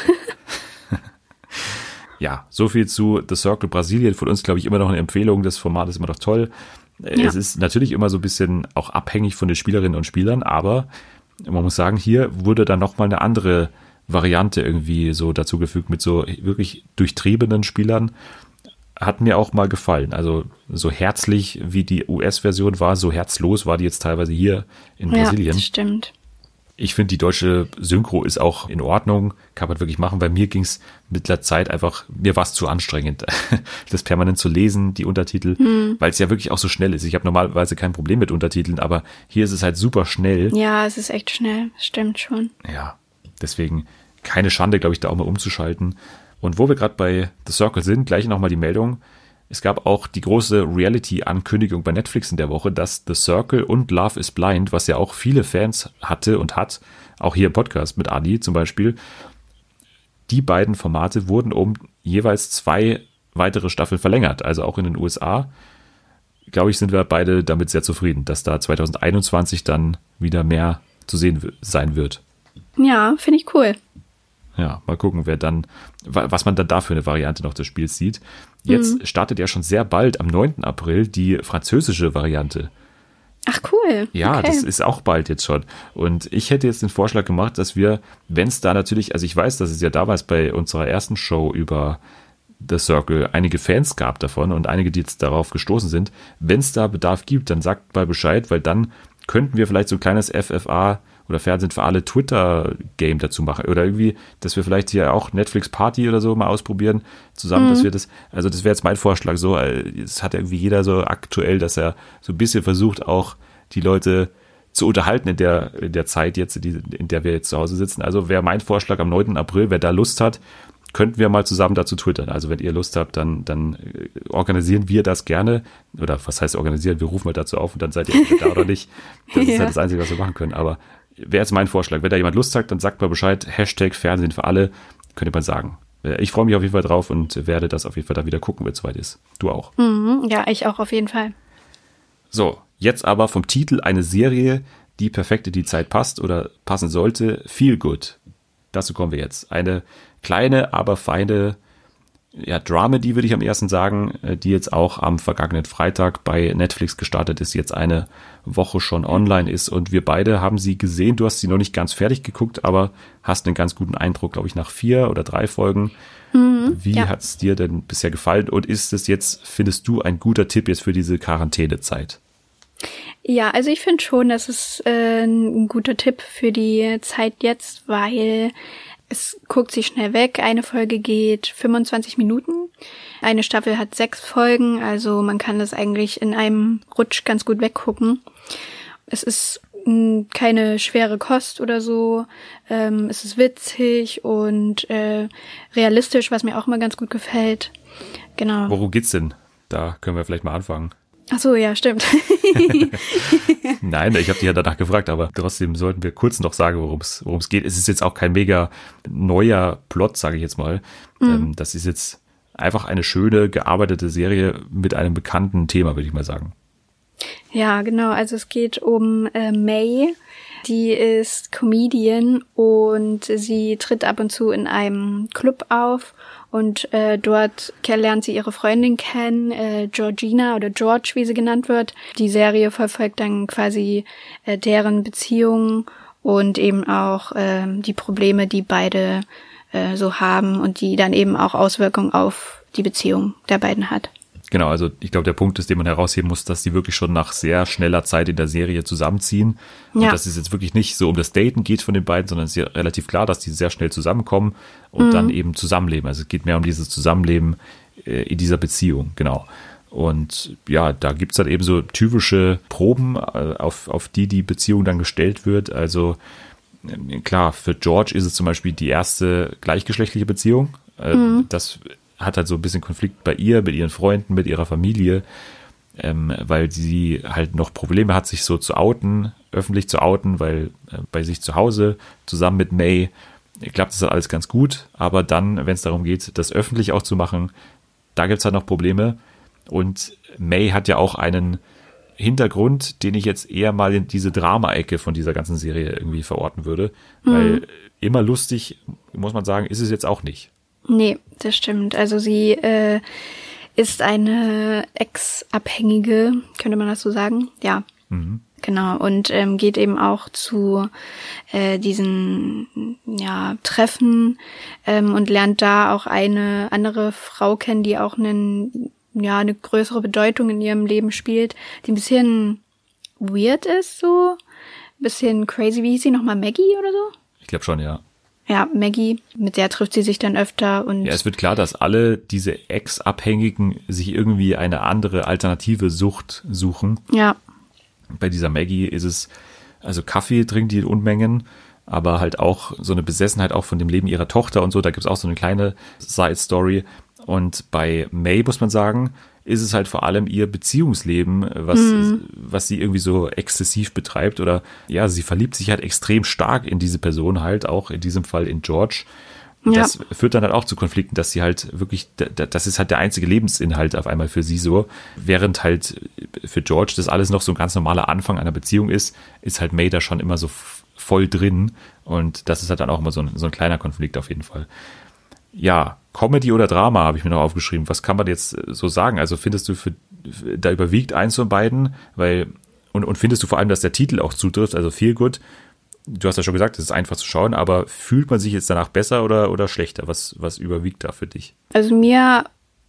Ja, so viel zu The Circle Brasilien. Von uns, glaube ich, immer noch eine Empfehlung. Das Format ist immer noch toll. Ja. Es ist natürlich immer so ein bisschen auch abhängig von den Spielerinnen und Spielern, aber man muss sagen, hier wurde dann nochmal eine andere Variante irgendwie so dazugefügt mit so wirklich durchtriebenen Spielern. Hat mir auch mal gefallen. Also so herzlich wie die U S-Version war, so herzlos war die jetzt teilweise hier in Ja, Brasilien. das stimmt. Ich finde, die deutsche Synchro ist auch in Ordnung, kann man wirklich machen. Bei mir ging es mit der Zeit einfach, mir war es zu anstrengend, das permanent zu lesen, die Untertitel, Hm. weil es ja wirklich auch so schnell ist. Ich habe normalerweise kein Problem mit Untertiteln, aber hier ist es halt super schnell. Ja, es ist echt schnell, stimmt schon. Ja, deswegen keine Schande, glaube ich, da auch mal umzuschalten. Und wo wir gerade bei The Circle sind, gleich nochmal die Meldung. Es gab auch die große Reality-Ankündigung bei Netflix in der Woche, dass The Circle und Love is Blind, was ja auch viele Fans hatte und hat, auch hier im Podcast mit Adi zum Beispiel, die beiden Formate wurden um jeweils zwei weitere Staffeln verlängert. Also auch in den U S A, glaube ich, sind wir beide damit sehr zufrieden, dass da zwanzig einundzwanzig dann wieder mehr zu sehen w- sein wird. Ja, finde ich cool. Ja, mal gucken, wer dann, wa- was man dann da für eine Variante noch des Spiels sieht. Jetzt Mhm. startet ja schon sehr bald, am neunten April, die französische Variante. Ach cool. Ja, okay. das ist auch bald jetzt schon. Und ich hätte jetzt den Vorschlag gemacht, dass wir, wenn es da natürlich, also ich weiß, dass es ja damals bei unserer ersten Show über The Circle einige Fans gab davon und einige, die jetzt darauf gestoßen sind. Wenn es da Bedarf gibt, dann sagt mal Bescheid, weil dann könnten wir vielleicht so ein kleines F F A oder Fernsehen für alle Twitter-Game dazu machen. Oder irgendwie, dass wir vielleicht hier auch Netflix-Party oder so mal ausprobieren zusammen, mhm. dass wir das, also das wäre jetzt mein Vorschlag so, es hat irgendwie jeder so aktuell, dass er so ein bisschen versucht, auch die Leute zu unterhalten in der, in der Zeit jetzt, in, die, in der wir jetzt zu Hause sitzen. Also wäre mein Vorschlag am neunten April, wer da Lust hat, könnten wir mal zusammen dazu twittern. Also wenn ihr Lust habt, dann, dann organisieren wir das gerne. Oder was heißt organisieren? Wir rufen mal dazu auf und dann seid ihr da oder nicht. Das ist ja halt das Einzige, was wir machen können. Aber wäre jetzt mein Vorschlag. Wenn da jemand Lust hat, dann sagt mal Bescheid. Hashtag Fernsehen für alle. Könnte man sagen. Ich freue mich auf jeden Fall drauf und werde das auf jeden Fall dann wieder gucken, wenn es soweit ist. Du auch. Mhm, ja, ich auch auf jeden Fall. So, jetzt aber vom Titel eine Serie, die perfekt in die Zeit passt oder passen sollte. Feel Good. Dazu kommen wir jetzt. Eine kleine, aber feine ja, Dramedy, würde ich am ersten sagen, die jetzt auch am vergangenen Freitag bei Netflix gestartet ist, jetzt eine Woche schon online ist und wir beide haben sie gesehen. Du hast sie noch nicht ganz fertig geguckt, aber hast einen ganz guten Eindruck, glaube ich, nach vier oder drei Folgen. Mhm, Wie ja. hat es dir denn bisher gefallen und ist es jetzt, findest du, ein guter Tipp jetzt für diese Quarantänezeit? Ja, also ich finde schon, das ist äh, ein guter Tipp für die Zeit jetzt, weil es guckt sich schnell weg. Eine Folge geht fünfundzwanzig Minuten. Eine Staffel hat sechs Folgen, also man kann das eigentlich in einem Rutsch ganz gut weggucken. Es ist mh, keine schwere Kost oder so. Ähm, es ist witzig und äh, realistisch, was mir auch immer ganz gut gefällt. Genau. Worum geht's denn? Da können wir vielleicht mal anfangen. Ach so, ja, stimmt. Nein, ich habe dich ja danach gefragt, aber trotzdem sollten wir kurz noch sagen, worum es worum es geht. Es ist jetzt auch kein mega neuer Plot, sage ich jetzt mal. Mhm. Das ist jetzt einfach eine schöne, gearbeitete Serie mit einem bekannten Thema, würde ich mal sagen. Ja, genau. Also es geht um äh, May. Die ist Comedian und sie tritt ab und zu in einem Club auf und äh, dort lernt sie ihre Freundin kennen, äh, Georgina oder George, wie sie genannt wird. Die Serie verfolgt dann quasi äh, deren Beziehung und eben auch äh, die Probleme, die beide äh, so haben und die dann eben auch Auswirkungen auf die Beziehung der beiden hat. Genau, also ich glaube, der Punkt ist, den man herausheben muss, dass die wirklich schon nach sehr schneller Zeit in der Serie zusammenziehen. Und ja. dass es jetzt wirklich nicht so um das Daten geht von den beiden, sondern es ist ja relativ klar, dass die sehr schnell zusammenkommen und mhm. dann eben zusammenleben. Also es geht mehr um dieses Zusammenleben äh, in dieser Beziehung, genau. Und ja, da gibt's dann eben so typische Proben, äh, auf, auf die die Beziehung dann gestellt wird. Also äh, klar, für George ist es zum Beispiel die erste gleichgeschlechtliche Beziehung. Äh, mhm. Das hat halt so ein bisschen Konflikt bei ihr, mit ihren Freunden, mit ihrer Familie, ähm, weil sie halt noch Probleme hat, sich so zu outen, öffentlich zu outen, weil äh, bei sich zu Hause zusammen mit May klappt das halt alles ganz gut, aber dann, wenn es darum geht, das öffentlich auch zu machen, da gibt's halt noch Probleme und May hat ja auch einen Hintergrund, den ich jetzt eher mal in diese Drama-Ecke von dieser ganzen Serie irgendwie verorten würde, mhm. weil immer lustig, muss man sagen, ist es jetzt auch nicht. Nee, das stimmt. Also sie äh, ist eine Ex-Abhängige, könnte man das so sagen? Ja, mhm. genau. Und ähm, geht eben auch zu äh, diesen ja, Treffen ähm, und lernt da auch eine andere Frau kennen, die auch einen, ja, eine größere Bedeutung in ihrem Leben spielt, die ein bisschen weird ist, so. Ein bisschen crazy. Wie hieß sie nochmal? Maggie oder so? Ich glaube schon, ja. Ja, Maggie, mit der trifft sie sich dann öfter und. Ja, es wird klar, dass alle diese Ex-Abhängigen sich irgendwie eine andere alternative Sucht suchen. Ja. Bei dieser Maggie ist es, also Kaffee trinkt die in Unmengen, aber halt auch so eine Besessenheit auch von dem Leben ihrer Tochter und so. Da gibt's auch so eine kleine Side-Story. Und bei May, muss man sagen, ist es halt vor allem ihr Beziehungsleben, was, mhm. was sie irgendwie so exzessiv betreibt oder ja, sie verliebt sich halt extrem stark in diese Person halt, auch in diesem Fall in George. Ja. Das führt dann halt auch zu Konflikten, dass sie halt wirklich, das ist halt der einzige Lebensinhalt auf einmal für sie so, während halt für George das alles noch so ein ganz normaler Anfang einer Beziehung ist, ist halt May da schon immer so voll drin und das ist halt dann auch immer so ein, so ein kleiner Konflikt auf jeden Fall. Ja, Comedy oder Drama habe ich mir noch aufgeschrieben. Was kann man jetzt so sagen? Also findest du, für, da überwiegt eins von beiden, weil und, und findest du vor allem, dass der Titel auch zutrifft, also Feel Good? Du hast ja schon gesagt, es ist einfach zu schauen, aber fühlt man sich jetzt danach besser oder, oder schlechter? Was, was überwiegt da für dich? Also mir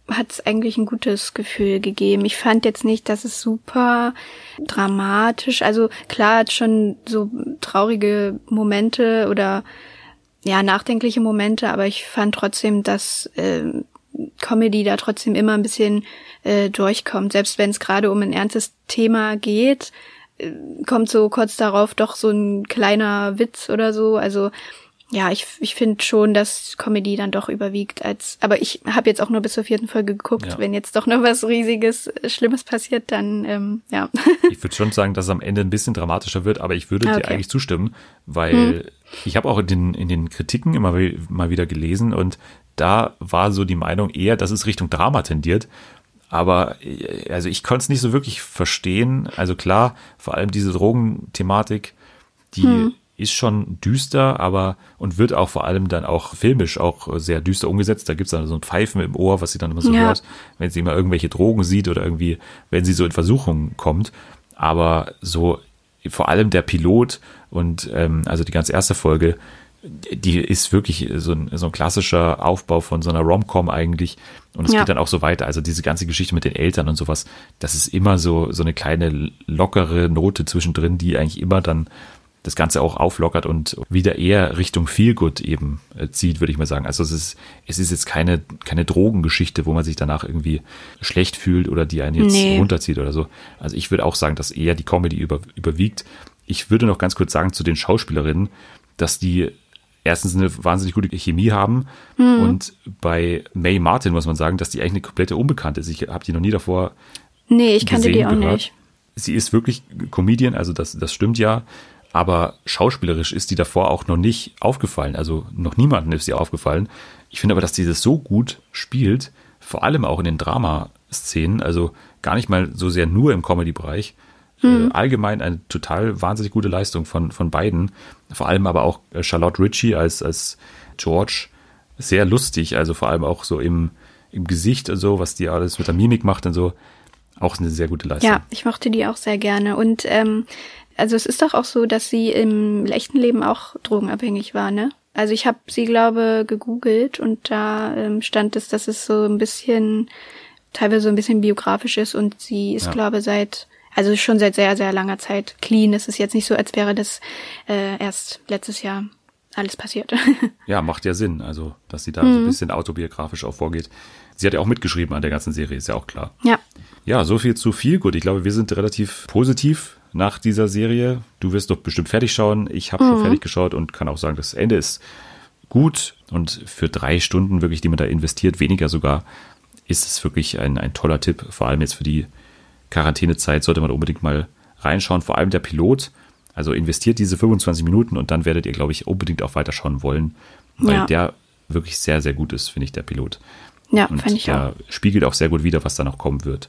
hat es eigentlich ein gutes Gefühl gegeben. Ich fand jetzt nicht, dass es super dramatisch, also klar hat schon so traurige Momente oder ja, nachdenkliche Momente, aber ich fand trotzdem, dass äh, Comedy da trotzdem immer ein bisschen äh, durchkommt. Selbst wenn es gerade um ein ernstes Thema geht, äh, kommt so kurz darauf doch so ein kleiner Witz oder so. Also ja, ich ich finde schon, dass Comedy dann doch überwiegt als, aber ich habe jetzt auch nur bis zur vierten Folge geguckt. Ja. Wenn jetzt doch noch was Riesiges, Schlimmes passiert, dann ähm, ja. Ich würde schon sagen, dass es am Ende ein bisschen dramatischer wird, aber ich würde okay. dir eigentlich zustimmen, weil hm. ich habe auch in den in den Kritiken immer mal wieder gelesen und da war so die Meinung eher, dass es Richtung Drama tendiert. Aber also ich konnte es nicht so wirklich verstehen. Also klar, vor allem diese Drogenthematik, die hm. ist schon düster, aber und wird auch vor allem dann auch filmisch auch sehr düster umgesetzt. Da gibt's dann so ein Pfeifen im Ohr, was sie dann immer so ja. hört, wenn sie immer irgendwelche Drogen sieht oder irgendwie, wenn sie so in Versuchung kommt. Aber so vor allem der Pilot und ähm, also die ganz erste Folge, die ist wirklich so ein, so ein klassischer Aufbau von so einer Rom-Com eigentlich. Und es ja. geht dann auch so weiter. Also diese ganze Geschichte mit den Eltern und sowas, das ist immer so, so eine kleine lockere Note zwischendrin, die eigentlich immer dann das Ganze auch auflockert und wieder eher Richtung Feelgood eben zieht, würde ich mal sagen. Also es ist, es ist jetzt keine, keine Drogengeschichte, wo man sich danach irgendwie schlecht fühlt oder die einen jetzt nee. runterzieht oder so. Also ich würde auch sagen, dass eher die Comedy über, überwiegt. Ich würde noch ganz kurz sagen zu den Schauspielerinnen, dass die erstens eine wahnsinnig gute Chemie haben mhm. und bei Mae Martin muss man sagen, dass die eigentlich eine komplette Unbekannte ist. Ich habe die noch nie davor Nee, ich kannte die auch gehört. nicht. Sie ist wirklich Comedian, also das, das stimmt ja. Aber schauspielerisch ist die davor auch noch nicht aufgefallen. Also noch niemandem ist sie aufgefallen. Ich finde aber, dass die das so gut spielt, vor allem auch in den Drama-Szenen, also gar nicht mal so sehr nur im Comedy-Bereich. Mhm. Äh, allgemein eine total wahnsinnig gute Leistung von, von beiden. Vor allem aber auch Charlotte Ritchie als, als George. Sehr lustig, also vor allem auch so im, im Gesicht und so, was die alles mit der Mimik macht und so. Auch eine sehr gute Leistung. Ja, ich mochte die auch sehr gerne. Und ähm, also es ist doch auch so, dass sie im echten Leben auch drogenabhängig war, ne? Also ich habe sie, glaube gegoogelt und da ähm, stand es, dass es so ein bisschen, teilweise so ein bisschen biografisch ist und sie ist, ja. glaube seit, also schon seit sehr, sehr langer Zeit clean. Es ist jetzt nicht so, als wäre das äh, erst letztes Jahr alles passiert. Ja, macht ja Sinn, also dass sie da mhm. so ein bisschen autobiografisch auch vorgeht. Sie hat ja auch mitgeschrieben an der ganzen Serie, ist ja auch klar. Ja. Ja, so viel zu Feelgood. Ich glaube, wir sind relativ positiv nach dieser Serie. Du wirst doch bestimmt fertig schauen. Ich habe mhm. schon fertig geschaut und kann auch sagen, das Ende ist gut. Und für drei Stunden wirklich, die man da investiert, weniger sogar, ist es wirklich ein, ein toller Tipp. Vor allem jetzt für die Quarantänezeit sollte man unbedingt mal reinschauen. Vor allem der Pilot. Also investiert diese fünfundzwanzig Minuten und dann werdet ihr, glaube ich, unbedingt auch weiterschauen wollen. Weil ja. der wirklich sehr, sehr gut ist, finde ich, der Pilot. Ja, und fand ich der auch. Spiegelt auch sehr gut wider, was da noch kommen wird.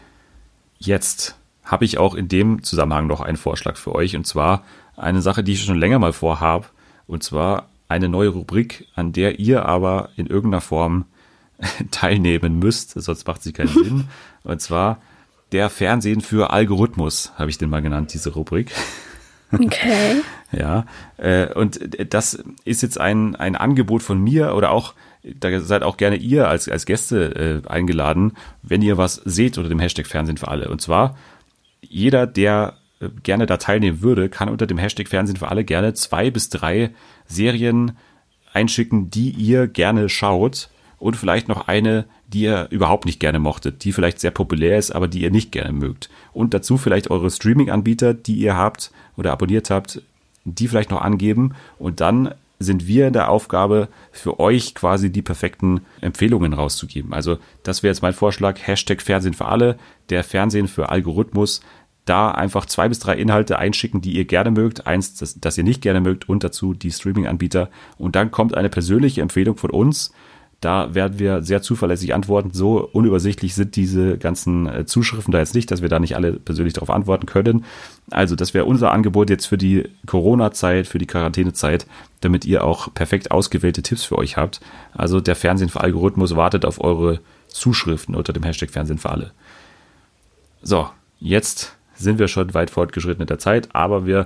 Jetzt habe ich auch in dem Zusammenhang noch einen Vorschlag für euch. Und zwar eine Sache, die ich schon länger mal vorhabe. Und zwar eine neue Rubrik, an der ihr aber in irgendeiner Form teilnehmen müsst. Sonst macht sie keinen Sinn. Und zwar der Fernsehen für Algorithmus, habe ich den mal genannt, diese Rubrik. Okay. Ja, äh, und das ist jetzt ein, ein Angebot von mir oder auch, da seid auch gerne ihr als, als Gäste äh, eingeladen, wenn ihr was seht unter dem Hashtag Fernsehen für alle. Und zwar, jeder, der äh, gerne da teilnehmen würde, kann unter dem Hashtag Fernsehen für alle gerne zwei bis drei Serien einschicken, die ihr gerne schaut und vielleicht noch eine, die ihr überhaupt nicht gerne mochtet, die vielleicht sehr populär ist, aber die ihr nicht gerne mögt. Und dazu vielleicht eure Streaming-Anbieter, die ihr habt oder abonniert habt, die vielleicht noch angeben. Und dann sind wir in der Aufgabe, für euch quasi die perfekten Empfehlungen rauszugeben. Also das wäre jetzt mein Vorschlag, Hashtag Fernsehen für alle, der Fernsehen für Algorithmus. Da einfach zwei bis drei Inhalte einschicken, die ihr gerne mögt, eins, das, das ihr nicht gerne mögt und dazu die Streaming-Anbieter. Und dann kommt eine persönliche Empfehlung von uns. Da werden wir sehr zuverlässig antworten. So unübersichtlich sind diese ganzen äh, Zuschriften da jetzt nicht, dass wir da nicht alle persönlich darauf antworten können. Also das wäre unser Angebot jetzt für die Corona-Zeit, für die Quarantänezeit, damit ihr auch perfekt ausgewählte Tipps für euch habt. Also der Fernsehen für Algorithmus wartet auf eure Zuschriften unter dem Hashtag Fernsehen für alle. So, jetzt sind wir schon weit fortgeschritten in der Zeit, aber wir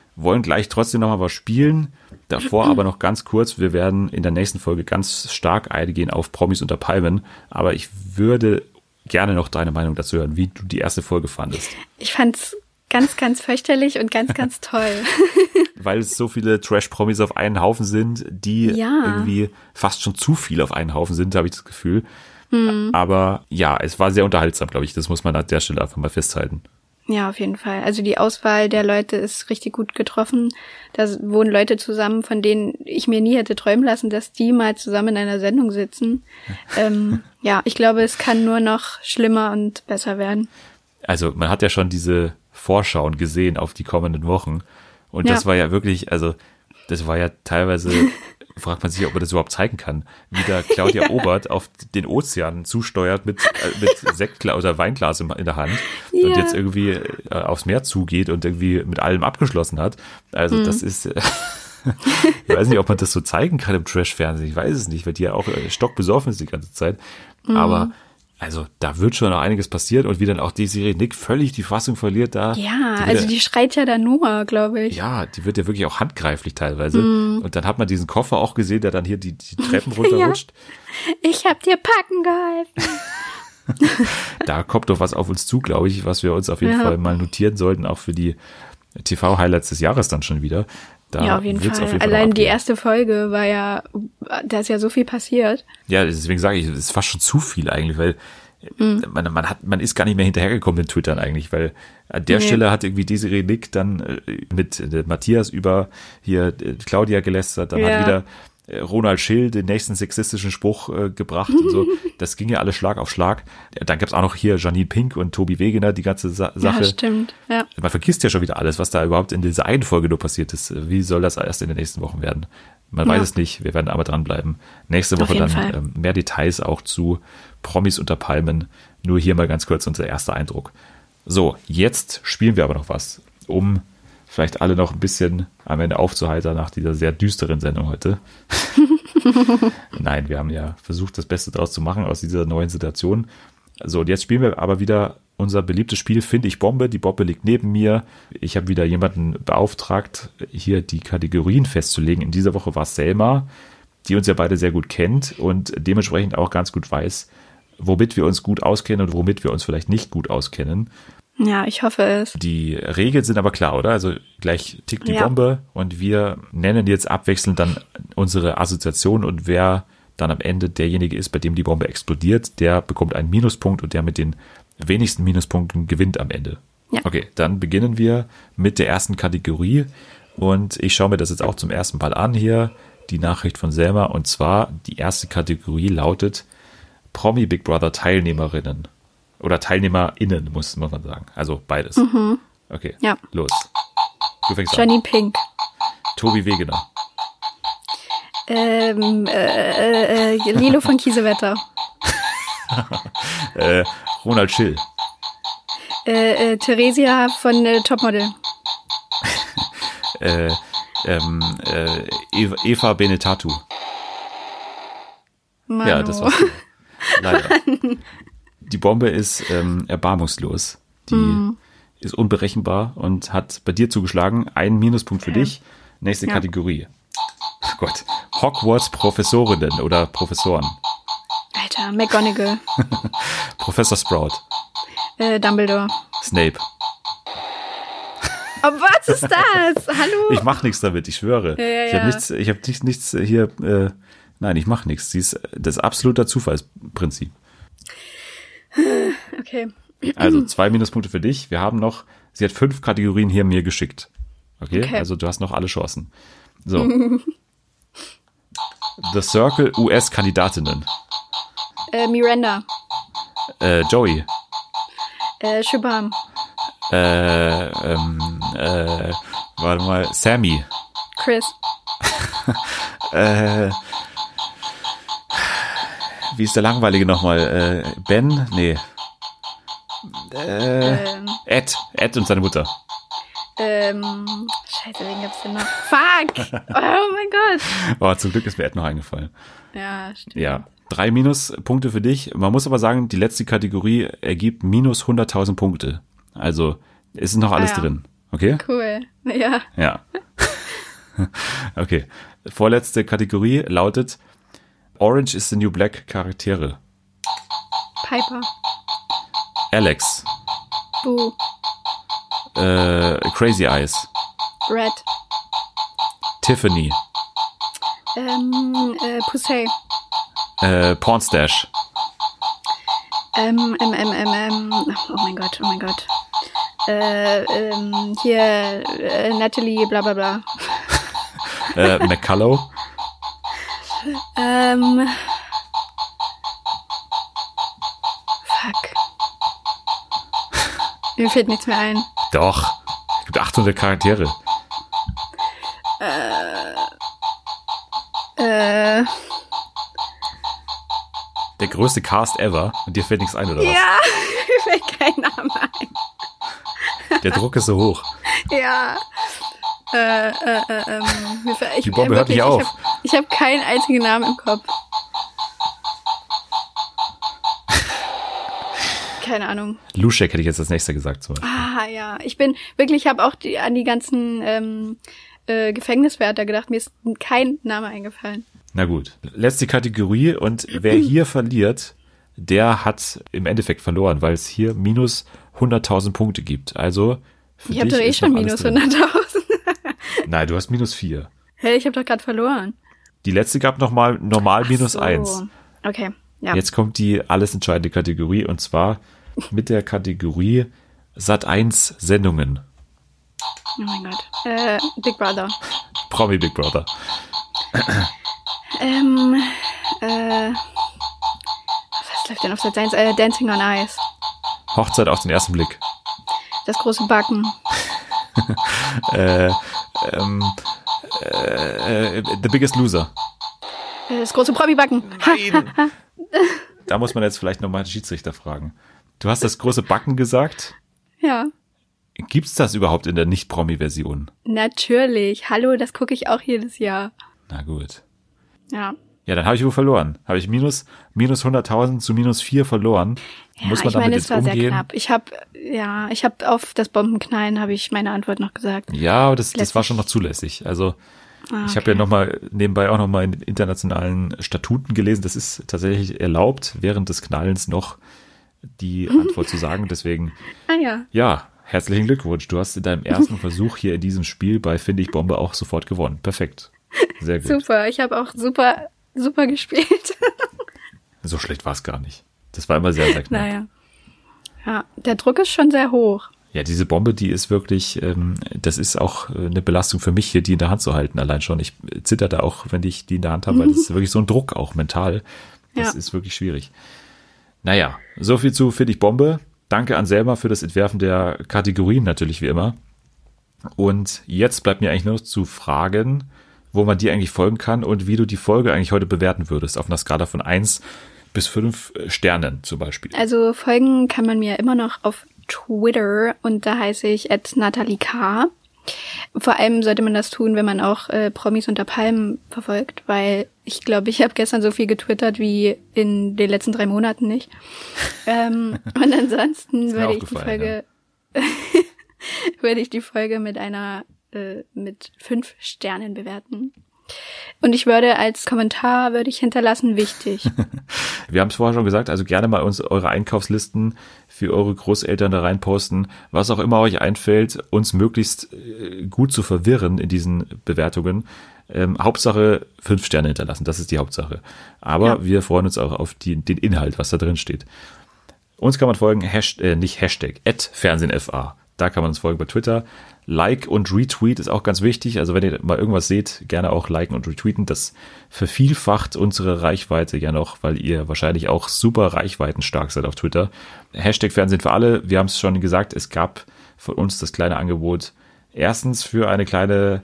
wollen gleich trotzdem nochmal was spielen. Davor aber noch ganz kurz, wir werden in der nächsten Folge ganz stark eingehen auf Promis unter Palmen, aber ich würde gerne noch deine Meinung dazu hören, wie du die erste Folge fandest. Ich fand's ganz, ganz fürchterlich und ganz, ganz toll. Weil es so viele Trash-Promis auf einen Haufen sind, die ja. irgendwie fast schon zu viel auf einen Haufen sind, habe ich das Gefühl. Hm. Aber ja, es war sehr unterhaltsam, glaube ich. Das muss man an der Stelle einfach mal festhalten. Ja, auf jeden Fall. Also die Auswahl der Leute ist richtig gut getroffen. Da wohnen Leute zusammen, von denen ich mir nie hätte träumen lassen, dass die mal zusammen in einer Sendung sitzen. ähm, ja, ich glaube, es kann nur noch schlimmer und besser werden. Also man hat ja schon diese Vorschauen gesehen auf die kommenden Wochen. Und ja. das war ja wirklich, also das war ja teilweise, fragt man sich, ob man das überhaupt zeigen kann, wie da Claudia ja. Obert auf den Ozean zusteuert mit, äh, mit Sektglas oder Weinglas in, in der Hand ja. und jetzt irgendwie äh, aufs Meer zugeht und irgendwie mit allem abgeschlossen hat. Also mhm. das ist, äh, ich weiß nicht, ob man das so zeigen kann im Trash-Fernsehen, ich weiß es nicht, weil die ja auch äh, stockbesoffen ist die ganze Zeit. Mhm. Aber also da wird schon noch einiges passiert und wie dann auch die Serie Nick völlig die Fassung verliert da. Ja, die also die schreit ja da nur, glaube ich. Ja, die wird ja wirklich auch handgreiflich teilweise. Mm. Und dann hat man diesen Koffer auch gesehen, der dann hier die, die Treppen runterrutscht. Ja. Ich hab dir packen geholfen. Da kommt doch was auf uns zu, glaube ich, was wir uns auf jeden ja. Fall mal notieren sollten, auch für die T V-Highlights des Jahres dann schon wieder. Da ja, auf jeden Fall. Auf jeden Allein Fall die erste Folge war ja, da ist ja so viel passiert. Ja, deswegen sage ich, es ist fast schon zu viel eigentlich, weil mhm. man, man hat, man ist gar nicht mehr hinterhergekommen in Twittern eigentlich, weil an der nee. Stelle hat irgendwie Desiree Nick dann mit äh, Matthias über hier äh, Claudia gelästert, dann ja. hat wieder äh, Ronald Schill den nächsten sexistischen Spruch äh, gebracht und so. Das ging ja alles Schlag auf Schlag. Dann gab's auch noch hier Janine Pink und Tobi Wegener, die ganze Sa- Sache. Ja, stimmt. Ja. Man vergisst ja schon wieder alles, was da überhaupt in dieser einen Folge nur passiert ist. Wie soll das erst in den nächsten Wochen werden? Man ja. weiß es nicht, wir werden aber dranbleiben. Nächste Woche dann ähm, mehr Details auch zu Promis unter Palmen. Nur hier mal ganz kurz unser erster Eindruck. So, jetzt spielen wir aber noch was, um vielleicht alle noch ein bisschen am Ende aufzuheitern nach dieser sehr düsteren Sendung heute. Nein, wir haben ja versucht, das Beste draus zu machen aus dieser neuen Situation. So, und jetzt spielen wir aber wieder unser beliebtes Spiel, Finde ich Bombe. Die Bombe liegt neben mir. Ich habe wieder jemanden beauftragt, hier die Kategorien festzulegen. In dieser Woche war es Selma, die uns ja beide sehr gut kennt und dementsprechend auch ganz gut weiß, womit wir uns gut auskennen und womit wir uns vielleicht nicht gut auskennen. Ja, ich hoffe es. Die Regeln sind aber klar, oder? Also gleich tickt die ja. Bombe und wir nennen jetzt abwechselnd dann unsere Assoziation und wer dann am Ende derjenige ist, bei dem die Bombe explodiert, der bekommt einen Minuspunkt und der mit den wenigsten Minuspunkten gewinnt am Ende. Ja. Okay, dann beginnen wir mit der ersten Kategorie und ich schaue mir das jetzt auch zum ersten Mal an hier, die Nachricht von Selma, und zwar die erste Kategorie lautet Promi Big Brother Teilnehmerinnen oder TeilnehmerInnen, muss, muss man sagen. Also beides. Mhm. Okay, ja. Los. Du fängst Janine an. Pink. Tobi Wegener. Ähm, äh, äh, Lilo von Kiesewetter. äh, Ronald Schill. Äh, äh, Theresia von äh, Topmodel. äh, ähm, äh, Eva, Eva Benetatu. Manu. Ja, das war's. Leider. Die Bombe ist ähm, erbarmungslos. Die mm. ist unberechenbar und hat bei dir zugeschlagen. Ein Minuspunkt für okay. dich. Nächste ja. Kategorie. Oh Gott. Hogwarts-Professorinnen oder Professoren. Alter, McGonagall. Professor Sprout. Äh, Dumbledore. Snape. Oh, was ist das? Hallo? Ich mach nichts damit, ich schwöre. Ja, ja, ich habe ja. nichts, ich habe nichts, nichts hier, äh, nein, ich mache nichts. Sie ist das ist absoluter Zufallsprinzip. Okay. Also zwei Minuspunkte für dich. Wir haben noch, sie hat fünf Kategorien hier mir geschickt. Okay, okay. Also du hast noch alle Chancen. So. The Circle U S-Kandidatinnen. Äh, Miranda. Äh, Joey. Äh, Shubham. Äh, ähm, äh, warte mal, Sammy. Chris. äh, wie ist der langweilige nochmal? Äh, Ben? Nee. Äh, ähm. Ed. Ed und seine Mutter. Ähm, scheiße, wen gab's denn noch? Fuck! Oh mein Gott! Oh, zum Glück ist mir Ed noch eingefallen. Ja, stimmt. Ja, drei Minuspunkte für dich. Man muss aber sagen, die letzte Kategorie ergibt minus hunderttausend Punkte. Also, ist noch alles ah, ja. drin. Okay? Cool. Ja. Ja. Okay. Vorletzte Kategorie lautet Orange is the New Black Charaktere. Piper. Alex. Boo. Äh, Crazy Eyes. Red. Tiffany. Ähm, äh, Pussy. Äh, Pornstash. Ähm, ähm, ähm, ähm, ähm, oh mein Gott, oh mein Gott. Äh, ähm, hier, äh, Natalie, bla, bla, bla. äh, McCullough. Ähm, fuck. Mir fällt nichts mehr ein. Doch. Es gibt achthundert Charaktere. Äh, äh, Der größte Cast ever. Und dir fällt nichts ein, oder was? ja, mir fällt kein Name ein. Der Druck ist so hoch. Ja. Äh, äh, äh, ähm, mir fällt- ich, Die Bombe äh, hört nicht wirklich, auf. Ich habe hab keinen einzigen Namen im Kopf. Keine Ahnung. Luschek hätte ich jetzt als nächster gesagt. Zum Beispiel. Ah, ja. Ich bin wirklich, ich habe auch die, an die ganzen ähm, äh, Gefängniswärter gedacht. Mir ist kein Name eingefallen. Na gut. Letzte Kategorie. Und wer hier verliert, der hat im Endeffekt verloren, weil es hier minus hunderttausend Punkte gibt. Also für Ich habe dich doch eh ist schon noch alles minus drin. hunderttausend. Nein, du hast minus vier. Hey, ich habe doch gerade verloren. Die letzte gab nochmal normal minus so. eins. Okay, ja. Jetzt kommt die alles entscheidende Kategorie und zwar mit der Kategorie Sat eins Sendungen. Oh mein Gott. Äh, Big Brother. Promi Big Brother. Ähm, äh, was läuft denn auf Sat eins? Äh, Dancing on Ice. Hochzeit auf den ersten Blick. Das große Backen. äh, ähm, äh, The Biggest Loser. Äh, Das große Promi-Backen. Nein. Da muss man jetzt vielleicht nochmal den Schiedsrichter fragen. Du hast das große Backen gesagt. Ja. Gibt's das überhaupt in der Nicht-Promi-Version? Natürlich. Hallo, das gucke ich auch jedes Jahr. Na gut. Ja. Ja, dann habe ich wohl verloren. Habe ich minus, minus hunderttausend zu minus vier verloren. Ja, Muss man ich damit meine, jetzt es war sehr umgehen? knapp. Ich habe, ja, ich habe auf das Bombenknallen habe ich meine Antwort noch gesagt. Ja, aber das, das Lässt war sich- schon noch zulässig. Also Ah, ich habe ja nochmal nebenbei auch nochmal in internationalen Statuten gelesen. Das ist tatsächlich erlaubt, während des Knallens noch die Antwort zu sagen. Deswegen, Ah ja. ja, herzlichen Glückwunsch. Du hast in deinem ersten Versuch hier in diesem Spiel bei Finde ich Bombe auch sofort gewonnen. Perfekt. Sehr gut. Super. Ich habe auch super, super gespielt. So schlecht war es gar nicht. Das war immer sehr, sehr knapp. Naja. Ja, der Druck ist schon sehr hoch. Ja, diese Bombe, die ist wirklich, ähm, das ist auch äh, eine Belastung für mich, hier die in der Hand zu halten. Allein schon. Ich zitter da auch, wenn ich die in der Hand habe, weil das ist wirklich so ein Druck auch mental. Das Ja. ist wirklich schwierig. Naja, so viel zu Finde ich Bombe. Danke an Selma für das Entwerfen der Kategorien natürlich wie immer. Und jetzt bleibt mir eigentlich nur noch zu fragen, wo man dir eigentlich folgen kann und wie du die Folge eigentlich heute bewerten würdest. Auf einer Skala von eins bis fünf Sternen zum Beispiel. Also folgen kann man mir immer noch auf Twitter und da heiße ich at Natalie K. Vor allem sollte man das tun, wenn man auch äh, Promis unter Palmen verfolgt, weil ich glaube, ich habe gestern so viel getwittert wie in den letzten drei Monaten nicht. ähm, und ansonsten Ist mir würde ich die aufgefallen, Folge würde ich die Folge mit einer äh, mit fünf Sternen bewerten. Und ich würde als Kommentar würde ich hinterlassen, wichtig. Wir haben es vorher schon gesagt, also gerne mal uns eure Einkaufslisten für eure Großeltern da reinposten, was auch immer euch einfällt, uns möglichst äh, gut zu verwirren in diesen Bewertungen. Ähm, Hauptsache fünf Sterne hinterlassen, das ist die Hauptsache. Aber Ja. wir freuen uns auch auf die, den Inhalt, was da drin steht. Uns kann man folgen, Hasht- äh, nicht Hashtag, at FernsehenFA. Da kann man uns folgen bei Twitter. Like und Retweet ist auch ganz wichtig. Also wenn ihr mal irgendwas seht, gerne auch liken und retweeten. Das vervielfacht unsere Reichweite ja noch, weil ihr wahrscheinlich auch super reichweitenstark seid auf Twitter. Hashtag Fernsehen für alle. Wir haben es schon gesagt, es gab von uns das kleine Angebot. Erstens für eine kleine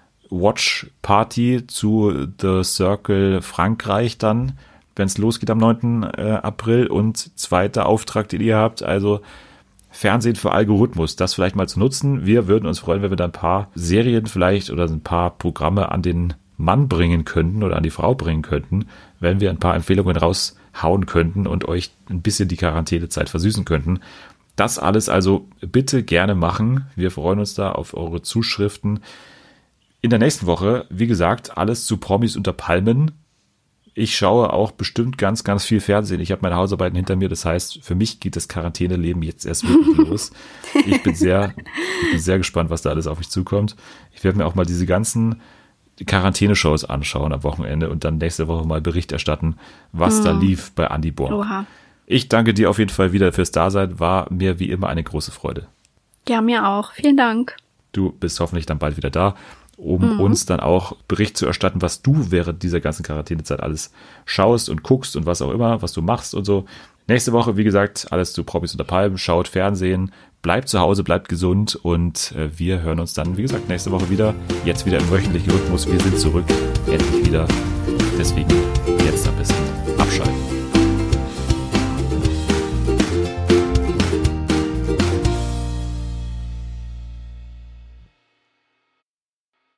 Watch-Party zu The Circle Frankreich dann, wenn es losgeht am neunten April. Und zweiter Auftrag, den ihr habt, also Fernsehen für Algorithmus, das vielleicht mal zu nutzen. Wir würden uns freuen, wenn wir da ein paar Serien vielleicht oder ein paar Programme an den Mann bringen könnten oder an die Frau bringen könnten, wenn wir ein paar Empfehlungen raushauen könnten und euch ein bisschen die Quarantänezeit versüßen könnten. Das alles also bitte gerne machen. Wir freuen uns da auf eure Zuschriften. In der nächsten Woche, wie gesagt, alles zu Promis unter Palmen. Ich schaue auch bestimmt ganz, ganz viel Fernsehen. Ich habe meine Hausarbeiten hinter mir. Das heißt, für mich geht das Quarantäneleben jetzt erst wirklich los. Ich bin sehr, ich bin sehr gespannt, was da alles auf mich zukommt. Ich werde mir auch mal diese ganzen Quarantäneshows anschauen am Wochenende und dann nächste Woche mal Bericht erstatten, was mhm. da lief bei Andi Borg. Oha. Ich danke dir auf jeden Fall wieder fürs Dasein. War mir wie immer eine große Freude. Ja, mir auch. Vielen Dank. Du bist hoffentlich dann bald wieder da, um mhm. uns dann auch Bericht zu erstatten, was du während dieser ganzen Quarantänezeit alles schaust und guckst und was auch immer, was du machst und so. Nächste Woche, wie gesagt, alles zu Promis unter Palmen. Schaut Fernsehen, bleibt zu Hause, bleibt gesund und äh, wir hören uns dann, wie gesagt, nächste Woche wieder. Jetzt wieder im wöchentlichen Rhythmus. Wir sind zurück, endlich wieder. Deswegen jetzt am besten abschalten.